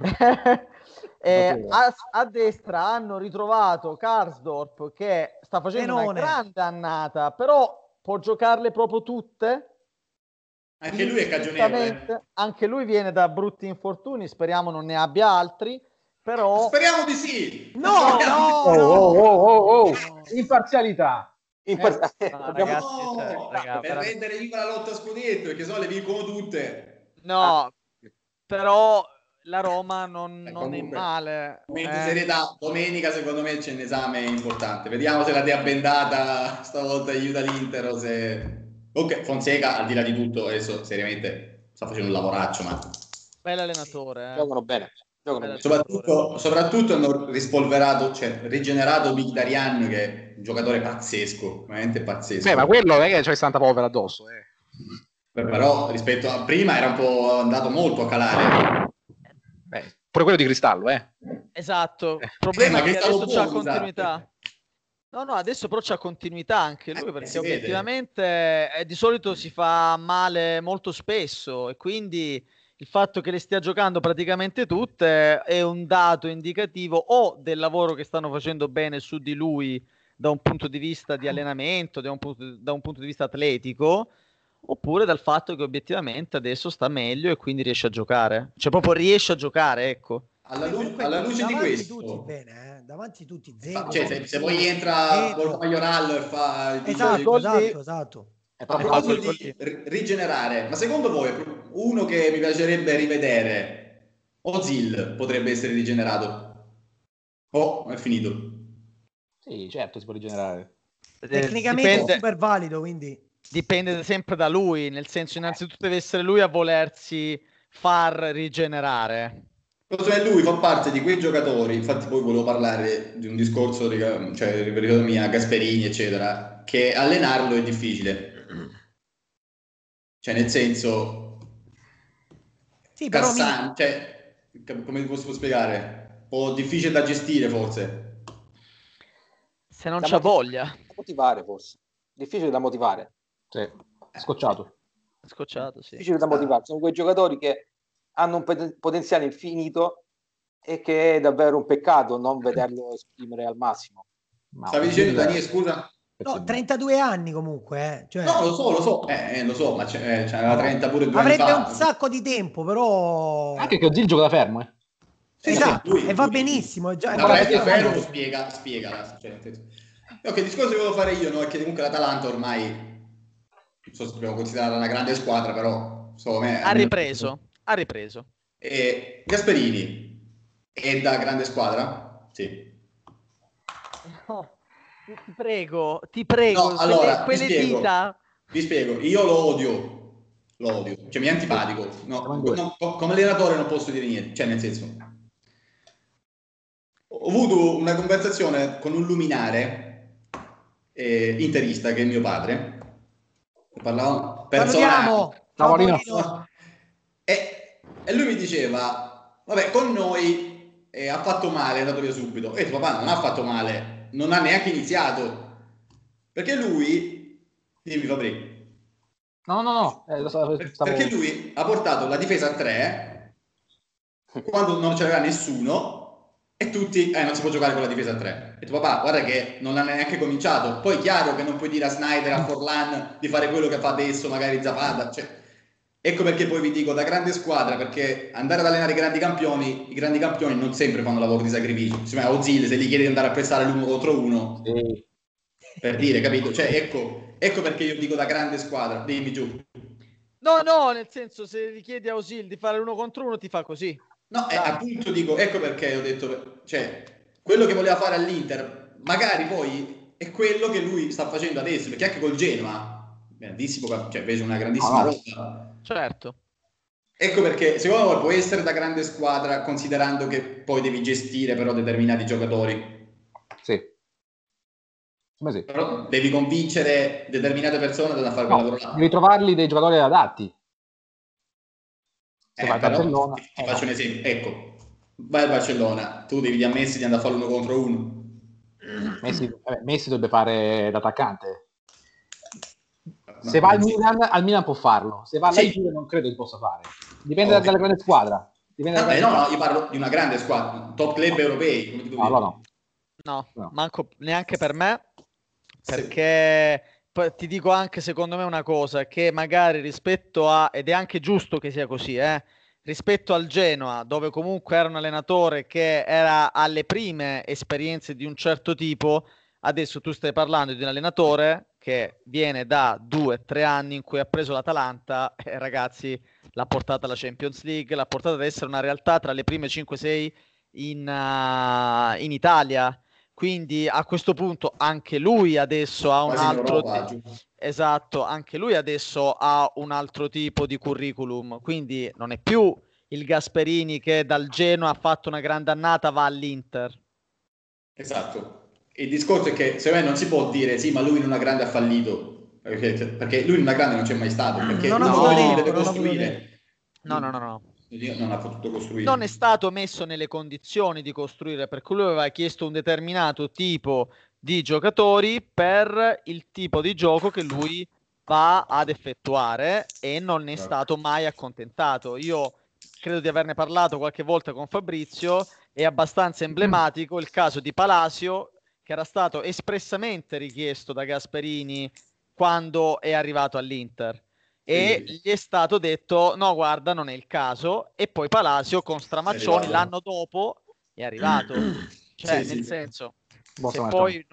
Speaker 3: A destra hanno ritrovato Karsdorp, che sta facendo una grande annata, però può giocarle proprio tutte.
Speaker 1: Anche lui è cagionevole.
Speaker 3: Anche lui viene da brutti infortuni, speriamo non ne abbia altri, però...
Speaker 1: Speriamo di sì!
Speaker 3: No!
Speaker 5: Imparzialità.
Speaker 1: Ragazzi, per rendere viva la lotta a scudetto, perché so le vincono tutte.
Speaker 3: No, però la Roma non è male.
Speaker 1: Serietà, domenica secondo me c'è un esame importante. Vediamo se la dea bendata stavolta aiuta l'Inter o se... Ok, Fonseca, al di là di tutto, adesso seriamente sta facendo un lavoraccio, ma...
Speaker 3: Bel allenatore.
Speaker 4: Giocano bene.
Speaker 1: Soprattutto hanno rispolverato, cioè rigenerato Mkhitaryan, che è un giocatore pazzesco, veramente pazzesco.
Speaker 5: Beh, ma quello non è che c'è tanta povera addosso.
Speaker 1: Però rispetto a prima era un po' andato molto a calare.
Speaker 5: Pure quello di Cristallo,
Speaker 3: Esatto. Il problema è che adesso c'ha continuità.
Speaker 1: Esatto.
Speaker 3: No, adesso però c'ha continuità anche lui, perché obiettivamente di solito si fa male molto spesso e quindi il fatto che le stia giocando praticamente tutte è un dato indicativo o del lavoro che stanno facendo bene su di lui da un punto di vista di allenamento, da un punto di vista atletico, oppure dal fatto che obiettivamente adesso sta meglio e quindi riesce a giocare. Cioè proprio riesce a giocare, ecco.
Speaker 1: Alla luce di questo,
Speaker 2: tutti bene, davanti tutti zero.
Speaker 1: Cioè, se poi entra Majoral e fa il
Speaker 2: esatto.
Speaker 1: A proposito di rigenerare, ma secondo voi uno che mi piacerebbe rivedere, Ozil potrebbe essere rigenerato? È finito.
Speaker 5: Sì, certo, si può rigenerare.
Speaker 2: Tecnicamente è super valido, quindi
Speaker 3: dipende sempre da lui, nel senso innanzitutto deve essere lui a volersi far rigenerare.
Speaker 1: Lui fa parte di quei giocatori, infatti poi volevo parlare di un discorso riferito a Gasperini eccetera, che allenarlo è difficile, cioè nel senso
Speaker 2: sì, però
Speaker 1: come posso spiegare, un po' difficile da gestire forse,
Speaker 3: se non c'ha voglia,
Speaker 4: da motivare forse, difficile da motivare,
Speaker 5: scocciato,
Speaker 3: sì.
Speaker 4: Difficile da motivare, sono quei giocatori che hanno un potenziale infinito e che è davvero un peccato non vederlo esprimere al massimo.
Speaker 1: Stavi dicendo Daniele, scusa?
Speaker 2: No, 32 anni comunque, cioè...
Speaker 1: No, lo so, ma c'era 30 pure 2 anni fa.
Speaker 2: Avrebbe un sacco di tempo, però...
Speaker 5: Anche che Ozil gioca da fermo,
Speaker 2: Esatto, e va benissimo.
Speaker 1: Fermo spiegala. Ok, il discorso che volevo fare io è che comunque l'Atalanta ormai, non so se dobbiamo considerarla una grande squadra, però
Speaker 3: ha ripreso.
Speaker 1: E Gasperini è da grande squadra? Sì.
Speaker 3: ti prego,
Speaker 1: No, allora,
Speaker 3: quelle dita.
Speaker 1: Vi spiego, io lo odio, cioè mi è antipatico, no, come allenatore non posso dire niente, cioè nel senso, ho avuto una conversazione con un luminare interista che è mio padre, parlavamo
Speaker 2: Salutiamo! Ciao Paolino!
Speaker 1: E lui mi diceva, vabbè, con noi ha fatto male, è andato via subito. E papà non ha fatto male, non ha neanche iniziato. Perché lui, dimmi Fabri.
Speaker 5: No.
Speaker 1: Perché lui ha portato la difesa a 3 quando non c'era nessuno e tutti, non si può giocare con la difesa a 3. E tu papà, guarda che non ha neanche cominciato. Poi è chiaro che non puoi dire a Snyder, a Forlan di fare quello che fa adesso, magari Zapata, cioè... Ecco perché poi vi dico da grande squadra, perché andare ad allenare i grandi campioni non sempre fanno lavoro di sacrificio. Insomma, Ozil, se gli chiedi di andare a pressare l'uno contro uno,
Speaker 5: sì.
Speaker 1: Per dire, capito? Cioè, ecco perché io dico da grande squadra, dimmi giù.
Speaker 3: No, nel senso, se gli chiedi a Ozil di fare l'uno contro uno, ti fa così.
Speaker 1: No, appunto dico, ecco perché ho detto, cioè, quello che voleva fare all'Inter, magari poi è quello che lui sta facendo adesso, perché anche col Genoa, grandissimo, cioè fece una grandissima roba.
Speaker 3: Certo.
Speaker 1: Ecco perché secondo me può essere da grande squadra considerando che poi devi gestire però determinati giocatori.
Speaker 5: Sì.
Speaker 1: Però devi convincere determinate persone da fare quel lavoro là.
Speaker 5: Devi trovarli dei giocatori adatti.
Speaker 1: Se vai al Barcellona, ti faccio un esempio. Ecco, vai al Barcellona, tu devi dire a Messi di andare a fare 1-1.
Speaker 5: Messi dovrebbe fare l'attaccante. Se va al Milan può farlo, se va alla Juve non credo che possa fare. Dipende dalla grande squadra.
Speaker 1: No, io parlo di una grande squadra, top club europei.
Speaker 3: No, manco neanche per me, perché poi ti dico anche secondo me una cosa, che magari rispetto a, ed è anche giusto che sia così, rispetto al Genoa, dove comunque era un allenatore che era alle prime esperienze di un certo tipo, adesso tu stai parlando di un allenatore che viene da 2-3 anni in cui ha preso l'Atalanta e ragazzi l'ha portata alla Champions League, l'ha portata ad essere una realtà tra le prime 5-6 in Italia. Quindi a questo punto anche lui adesso ha un altro esatto, anche lui adesso ha un altro tipo di curriculum, quindi non è più il Gasperini che dal Genoa ha fatto una grande annata, va all'Inter.
Speaker 1: Esatto. Il discorso è che secondo me non si può dire sì, ma lui in una grande ha fallito, perché lui in una grande non c'è mai stato, perché
Speaker 2: non
Speaker 1: uno deve costruire.
Speaker 3: No.
Speaker 1: Non ha potuto costruire.
Speaker 3: Non è stato messo nelle condizioni di costruire, perché lui aveva chiesto un determinato tipo di giocatori per il tipo di gioco che lui va ad effettuare e non è stato mai accontentato. Io credo di averne parlato qualche volta con Fabrizio, è abbastanza emblematico il caso di Palacio, che era stato espressamente richiesto da Gasperini quando è arrivato all'Inter. E gli è stato detto no guarda non è il caso, e poi Palacio con Stramaccioni l'anno dopo è arrivato, cioè nel senso se poi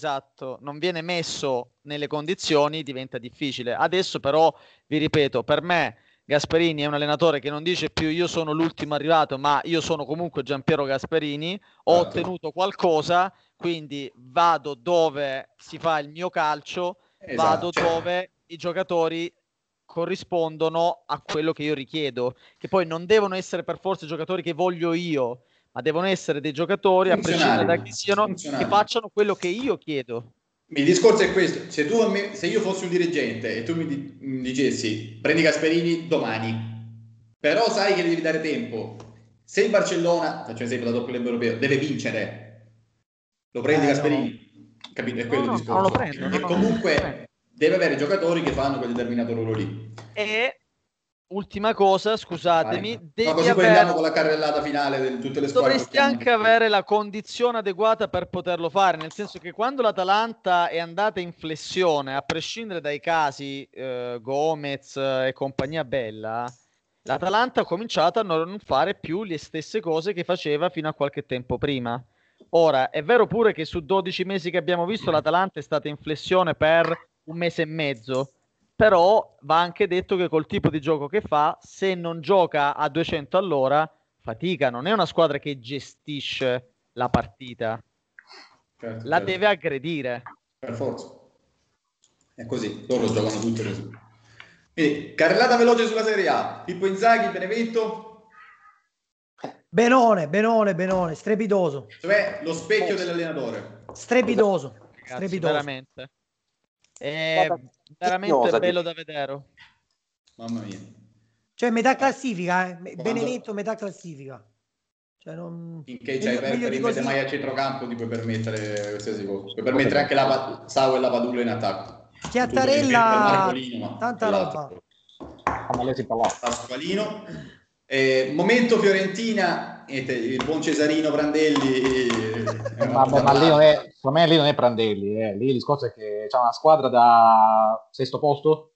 Speaker 3: non viene messo nelle condizioni diventa difficile. Adesso però vi ripeto, per me Gasperini è un allenatore che non dice più io sono l'ultimo arrivato, ma io sono comunque Giampiero Gasperini, ho ottenuto qualcosa, quindi vado dove si fa il mio calcio, vado dove i giocatori corrispondono a quello che io richiedo, che poi non devono essere per forza i giocatori che voglio io, ma devono essere dei giocatori, a prescindere da chi siano, che facciano quello che io chiedo.
Speaker 1: Il discorso è questo: se io fossi un dirigente e tu mi dicessi prendi Gasperini domani, però sai che devi dare tempo, se il Barcellona, faccio un esempio da top club europeo, deve vincere, lo prendi Gasperini, capito? È quello il discorso.
Speaker 3: Non lo prendo,
Speaker 1: e comunque deve avere giocatori che fanno quel determinato ruolo lì.
Speaker 3: E ultima cosa, scusatemi,
Speaker 1: ma così poi andiamo con la carrellata finale di tutte le squadre.
Speaker 3: Dovresti anche avere la condizione adeguata per poterlo fare, nel senso che quando l'Atalanta è andata in flessione, a prescindere dai casi Gomez e compagnia bella, l'Atalanta ha cominciato a non fare più le stesse cose che faceva fino a qualche tempo prima. Ora, è vero pure che su 12 mesi che abbiamo visto l'Atalanta è stata in flessione per un mese e mezzo, però va anche detto che col tipo di gioco che fa, se non gioca a 200 all'ora, fatica, non è una squadra che gestisce la partita.
Speaker 1: Certo,
Speaker 3: la
Speaker 1: certo.
Speaker 3: deve aggredire.
Speaker 1: Per forza. È così, loro giocano tutte così. Quindi, carrellata veloce sulla Serie A. Pippo Inzaghi, Benevento.
Speaker 2: Benone, strepitoso.
Speaker 1: Cioè, lo specchio dell'allenatore.
Speaker 2: Strepidoso.
Speaker 3: Ragazzi,
Speaker 2: Strepidoso.
Speaker 3: veramente. È veramente
Speaker 4: Tignosa,
Speaker 3: bello da vedere.
Speaker 1: Mamma mia.
Speaker 2: Cioè, metà classifica,
Speaker 1: Quando-
Speaker 2: Benevento, metà classifica. Cioè, non...
Speaker 1: Finché c'hai
Speaker 2: meglio
Speaker 1: per
Speaker 2: di
Speaker 1: in
Speaker 2: così.
Speaker 1: mezzo mai a centrocampo ti puoi permettere qualsiasi cosa. Puoi permettere anche la Sau e la Padula in attacco.
Speaker 2: Chiattarella,
Speaker 1: Marcolino, ma
Speaker 2: tanta
Speaker 1: quell'altro.
Speaker 2: roba.
Speaker 1: Pasqualino. Momento Fiorentina, il buon Cesarino Prandelli.
Speaker 5: Vabbè, ma lì non è, secondo me lì non è Prandelli, lì il discorso è che c'è una squadra da sesto posto.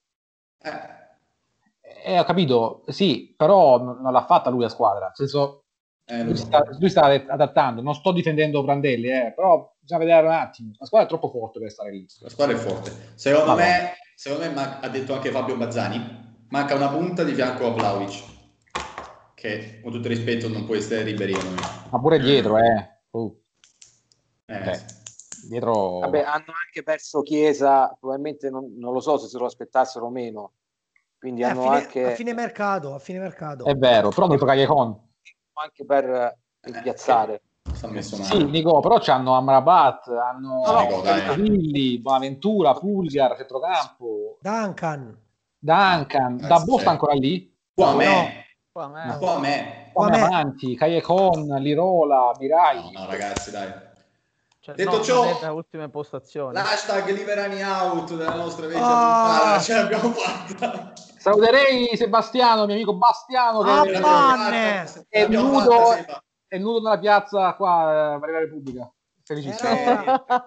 Speaker 5: Ho capito, sì, però non l'ha fatta lui la squadra, nel senso lui sta adattando, non sto difendendo Prandelli, però bisogna vedere un attimo, la squadra è troppo forte per stare lì.
Speaker 1: La squadra è forte. Secondo me ha detto anche Fabio Bazzani, manca una punta di fianco a Vlahovic, che con tutto rispetto non può essere Ribéry.
Speaker 5: Ma pure dietro, dietro.
Speaker 4: Vabbè, hanno anche perso Chiesa, probabilmente non lo so se lo aspettassero o meno. Quindi hanno
Speaker 2: a
Speaker 4: anche
Speaker 2: fine mercato.
Speaker 5: È vero, però hanno detto Callejon.
Speaker 4: Anche per rimpiazzare.
Speaker 1: Sta messo male.
Speaker 5: Sì, Nico, però c'hanno Amrabat, hanno
Speaker 1: Nico,
Speaker 5: Villi, Bonaventura, Pulgar, centrocampo,
Speaker 2: Duncan,
Speaker 5: da Bosta ancora lì?
Speaker 1: Qua a me.
Speaker 5: Come avanti, Callejon, Lirola, Mirai.
Speaker 1: No, ragazzi, dai.
Speaker 3: Cioè,
Speaker 1: Detto ciò,
Speaker 3: non è da ultime postazioni.
Speaker 1: l'hashtag Liberani Out della nostra vecchia puntata ce l'abbiamo fatta.
Speaker 5: Saluterei Sebastiano, mio amico Bastiano, che è nudo nella piazza qua, Maria Repubblica. Felicissimo.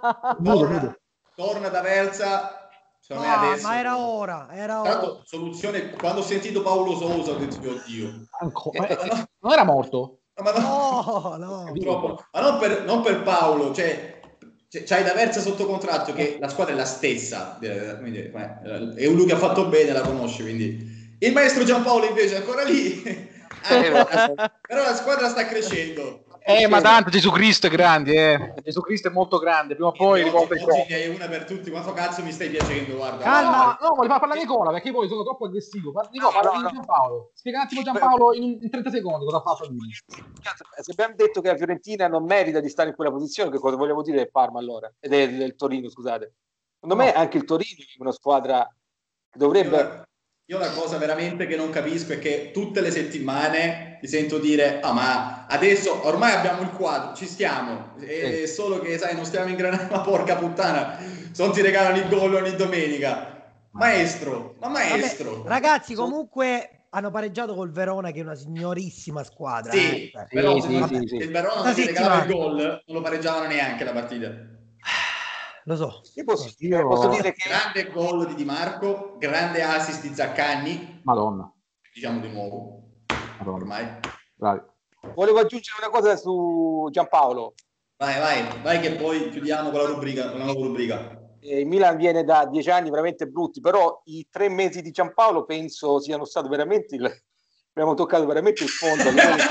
Speaker 1: Torna da Versa. Adesso.
Speaker 2: Ma era ora.
Speaker 1: Tanto, soluzione, quando ho sentito Paolo Sousa ho detto, oddio.
Speaker 5: Non era morto?
Speaker 2: No.
Speaker 1: Purtroppo. Ma non per Paolo, cioè c'hai da Versa sotto contratto che la squadra è la stessa, quindi, è uno che ha fatto bene, la conosce, quindi il maestro Giampaolo invece è ancora lì. Però la squadra sta crescendo.
Speaker 5: Ma tanto Gesù Cristo è grande, Gesù Cristo è molto grande, prima o poi
Speaker 1: oggi ne hai una per tutti. Quanto cazzo mi stai piacendo, guarda.
Speaker 2: Calma,
Speaker 5: no, volevo parlare Nicola, perché poi sono troppo aggressivo. Parla di Giampaolo. Spiega un attimo Giampaolo in 30 secondi cosa ha fatto lui.
Speaker 4: Se abbiamo detto che la Fiorentina non merita di stare in quella posizione, che cosa vogliamo dire del Parma allora? E del Torino, scusate. Secondo me anche il Torino è una squadra che dovrebbe...
Speaker 1: Io la cosa veramente che non capisco è che tutte le settimane ti sento dire ma adesso ormai abbiamo il quadro, ci stiamo, è solo che sai non stiamo ingranando, ma porca puttana, non ti regalano il gol ogni domenica. Maestro.
Speaker 2: Vabbè, ragazzi, comunque hanno pareggiato col Verona, che è una signorissima squadra.
Speaker 1: Sì, però se il Verona non ti regalava il gol, non lo pareggiavano neanche la partita.
Speaker 2: Lo so.
Speaker 4: Posso dire che
Speaker 1: grande gol di Di Marco, grande assist di Zaccagni.
Speaker 5: Madonna.
Speaker 1: Diciamo di nuovo. Madonna. Ormai.
Speaker 5: Bravi.
Speaker 4: Volevo aggiungere una cosa su Giampaolo.
Speaker 1: Vai che poi chiudiamo con la nuova rubrica.
Speaker 4: Il Milan viene da 10 anni veramente brutti, però i 3 mesi di Giampaolo penso siano stati veramente abbiamo toccato veramente il fondo.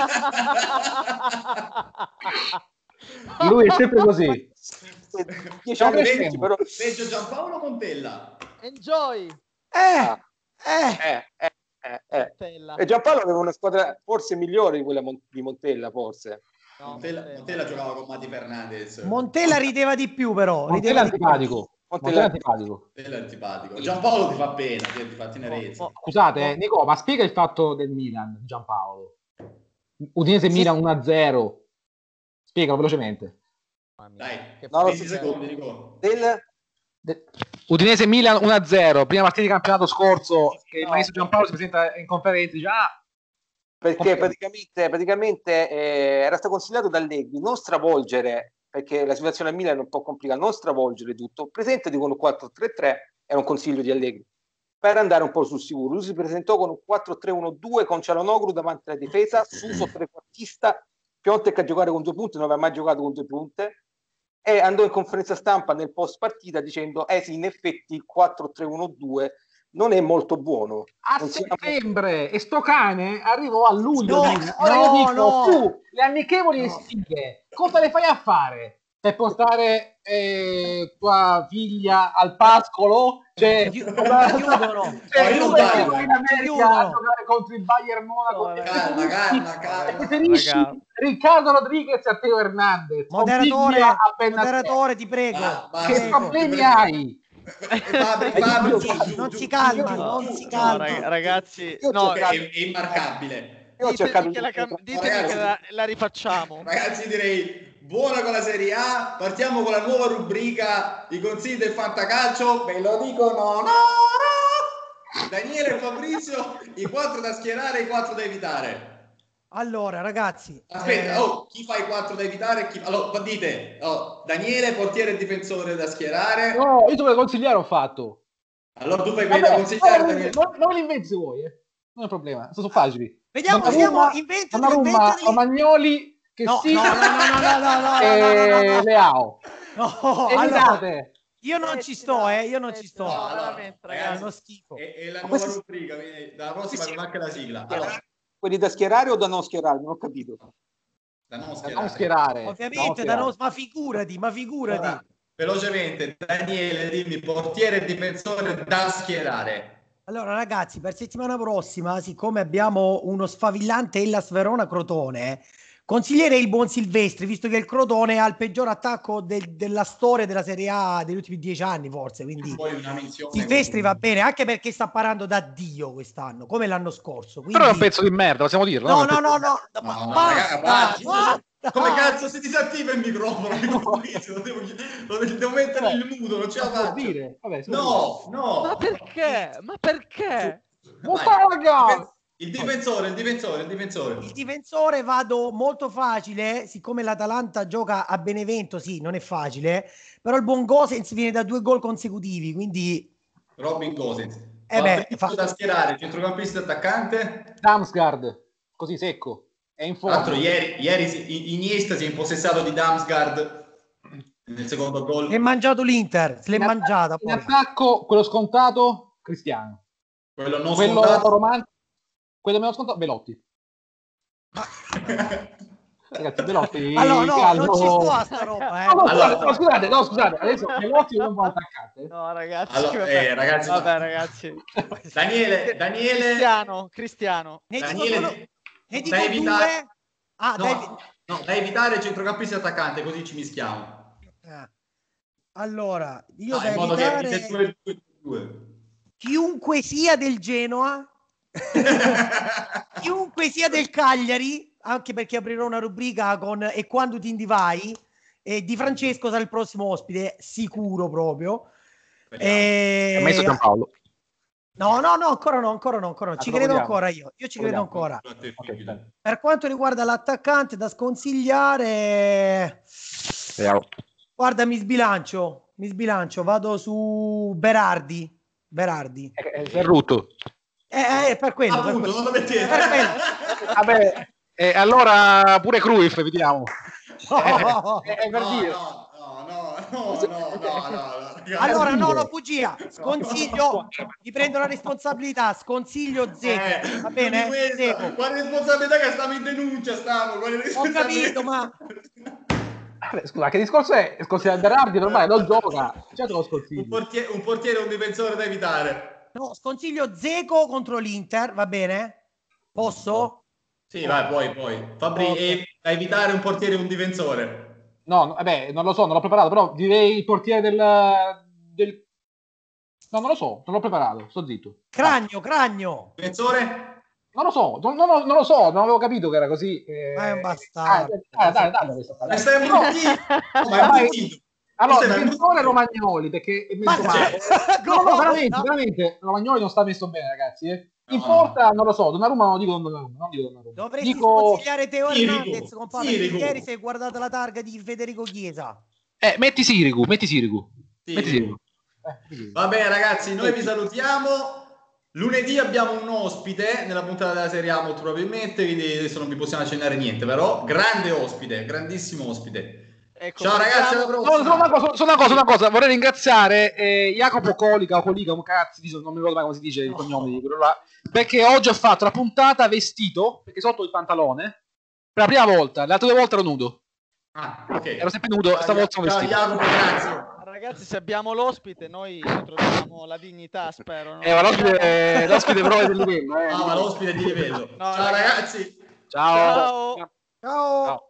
Speaker 5: Lui è sempre così.
Speaker 4: 10 anni però...
Speaker 1: Peggio Giampaolo Montella.
Speaker 3: Enjoy.
Speaker 4: E Giampaolo aveva una squadra forse migliore di quella di Montella, forse.
Speaker 1: No, Montella giocava con Mati Fernandez.
Speaker 2: Montella rideva di più, però.
Speaker 5: Montella antipatico.
Speaker 1: Giampaolo ti fa pena, ti fa tenerezza.
Speaker 5: Scusate, Nico, ma spiega il fatto del Milan, Giampaolo. Udinese Milan 1-0. Spiegalo velocemente.
Speaker 1: Dai,
Speaker 4: 20
Speaker 1: secondi, Nico.
Speaker 5: Udinese Milan 1-0, prima partita di campionato scorso, che il maestro Giampaolo si presenta in conferenza e dice
Speaker 4: perché praticamente era stato consigliato da Allegri non stravolgere, perché la situazione a Milan è un po' complicata, non stravolgere tutto, presentati con un 4-3-3, era un consiglio di Allegri, per andare un po' sul sicuro. Lui si presentò con un 4-3-1-2 con Cialanoglu davanti alla difesa, Suso trequartista, Piontek a giocare con 2 punte, non aveva mai giocato con 2 punte, e andò in conferenza stampa nel post partita dicendo sì, in effetti il 4-3-1-2 non è molto buono.
Speaker 5: A settembre e sto cane arrivò a luglio.
Speaker 2: Tu
Speaker 5: le amichevoli estive cosa le fai a fare? per portare tua figlia al pascolo, cioè
Speaker 2: chiudono
Speaker 5: in America a giocare contro il Bayern Monaco,
Speaker 1: calma.
Speaker 5: e preferisci Riccardo Rodriguez a Teo Hernandez,
Speaker 2: moderatore, ti prego,
Speaker 5: che problemi hai?
Speaker 1: Fabri,
Speaker 2: non si calma.
Speaker 3: Ragazzi,
Speaker 1: è immarcabile.
Speaker 3: Ditemi che la rifacciamo.
Speaker 1: Ragazzi, direi buona con la Serie A. Partiamo con la nuova rubrica i consigli del fantacalcio. Ve lo dicono no. Daniele e Fabrizio, i 4 da schierare e i 4 da evitare.
Speaker 2: Allora, ragazzi,
Speaker 1: aspetta, chi fa i 4 da evitare? Allora, dite, Daniele, portiere e difensore da schierare.
Speaker 5: No, io dovevo consigliare, ho fatto.
Speaker 1: Allora tu fai quelli da consigliare, Daniele.
Speaker 5: Non li inventi voi, non è problema, sono facili.
Speaker 2: Vediamo, inventati.
Speaker 5: Romagnoli, che
Speaker 2: no,
Speaker 5: sì.
Speaker 2: no,
Speaker 5: Leao.
Speaker 2: No,
Speaker 5: evitate.
Speaker 2: Io non ci sto,
Speaker 1: No,
Speaker 3: veramente,
Speaker 1: ragazzi,
Speaker 2: è uno schifo.
Speaker 1: È la nuova rubrica, dalla prossima con anche la sigla. Allora,
Speaker 4: quelli da schierare o da non schierare? Non ho capito.
Speaker 1: Da non
Speaker 5: schierare.
Speaker 2: Ovviamente, ma figurati.
Speaker 1: Allora, velocemente, Daniele, dimmi portiere e difensore da schierare.
Speaker 2: Allora, ragazzi, per settimana prossima, siccome abbiamo uno sfavillante Hellas Verona-Crotone, consiglierei il buon Silvestri, visto che il Crotone ha il peggior attacco della storia della Serie A degli ultimi 10 anni, forse. Quindi Silvestri va bene, anche perché sta parando da Dio quest'anno, come l'anno scorso. Quindi...
Speaker 5: Però è un pezzo di merda, possiamo dirlo?
Speaker 2: No.
Speaker 1: Basta. Come cazzo si disattiva il microfono? Devo mettere il muto, non ce la faccio. No.
Speaker 3: Ma perché?
Speaker 1: Il difensore.
Speaker 2: Il difensore vado molto facile, siccome l'Atalanta gioca a Benevento, sì, non è facile, però il buon Gosens viene da 2 gol consecutivi, quindi...
Speaker 1: Robin Gosens. Da schierare, centrocampista attaccante?
Speaker 5: Damsgaard, così secco. È in forma.
Speaker 1: Tra l'altro ieri Iniesta si è impossessato di Damsgaard nel secondo gol.
Speaker 2: È mangiato l'Inter, se l'è mangiata.
Speaker 5: In attacco, quello scontato, Cristiano.
Speaker 1: Quello non scontato?
Speaker 5: Quello meno scontato, Belotti. Ragazzi, Belotti...
Speaker 2: Allora, non ci sto a sta roba,
Speaker 5: Scusate, adesso Belotti non può attaccare.
Speaker 3: No, ragazzi.
Speaker 1: Allora, ragazzi.
Speaker 3: Vabbè, ragazzi.
Speaker 1: Daniele.
Speaker 3: Cristiano.
Speaker 2: Ne dico 2.
Speaker 1: Da evitare centrocampista attaccante, così ci mischiamo.
Speaker 2: Allora, io da evitare chiunque sia del Genoa, chiunque sia del Cagliari, anche perché aprirò una rubrica con "E quando ti vai", e Di Francesco sarà il prossimo ospite, sicuro proprio.
Speaker 5: Ha messo Giampaolo.
Speaker 2: No, ancora no. Ci credo ancora io. Io ci credo ancora. Per quanto riguarda l'attaccante da sconsigliare, guarda, mi sbilancio. Vado su Berardi.
Speaker 5: È rutto.
Speaker 2: Per quello.
Speaker 1: Appunto, non lo mettete.
Speaker 5: Vabbè, allora pure Cruyff, vediamo.
Speaker 1: È per dire. No.
Speaker 2: Allora, no, bugia. Sconsiglio, mi prendo la responsabilità. Sconsiglio Zecco, va bene? Zecco.
Speaker 1: Quale responsabilità che stiamo in denuncia?
Speaker 2: Ho capito, ma...
Speaker 5: Scusa, che discorso è? Sconsigliare Berardi, ormai non gioca. Certo lo sconsiglio.
Speaker 1: Un portiere e un difensore da evitare.
Speaker 2: No, sconsiglio Zecco contro l'Inter, va bene? Posso?
Speaker 1: Sì, vai, poi. Fabri, da evitare un portiere e un difensore.
Speaker 5: No, vabbè, non lo so, non l'ho preparato, però direi il portiere del... No, non lo so, non l'ho preparato, sto zitto.
Speaker 2: Cragno.
Speaker 1: Difensore?
Speaker 5: Non lo so, non avevo capito che era così.
Speaker 2: Ma è un bastardo.
Speaker 5: Dai.
Speaker 1: Ma stai imbruttito.
Speaker 5: Allora, difensore Romagnoli, perché è messo male. No, veramente, Romagnoli non sta messo bene, ragazzi. In porta non lo so, Donnarumma non dico Donnarumma.
Speaker 2: Dovresti sconsigliare Teo Hernandez, compadre. Ieri sei guardato la targa di Federico Chiesa.
Speaker 5: Metti Sirigu.
Speaker 1: Va bene, ragazzi, noi vi salutiamo. Lunedì abbiamo un ospite nella puntata della Serie A, molto probabilmente, quindi adesso non vi possiamo accennare niente, però grande ospite, grandissimo ospite. Ecco, ciao ragazzi, alla prossima.
Speaker 5: Solo una cosa, vorrei ringraziare Jacopo Colica, come cazzo non mi ricordo mai come si dice il cognome di quello là, perché oggi ho fatto la puntata vestito, perché sotto il pantalone, per la prima volta, le altre 2 volte ero nudo.
Speaker 1: Ok.
Speaker 5: Ero sempre nudo, stavolta
Speaker 1: Ciao
Speaker 5: vestito.
Speaker 1: Jacopo, grazie.
Speaker 3: Ragazzi, se abbiamo l'ospite, noi troviamo la dignità, spero. No?
Speaker 5: Ma l'ospite però è di livello.
Speaker 1: Ma l'ospite di livello.
Speaker 3: No,
Speaker 1: Ciao ragazzi.
Speaker 5: Ciao.
Speaker 3: Ciao.
Speaker 2: Ciao.
Speaker 5: Ciao.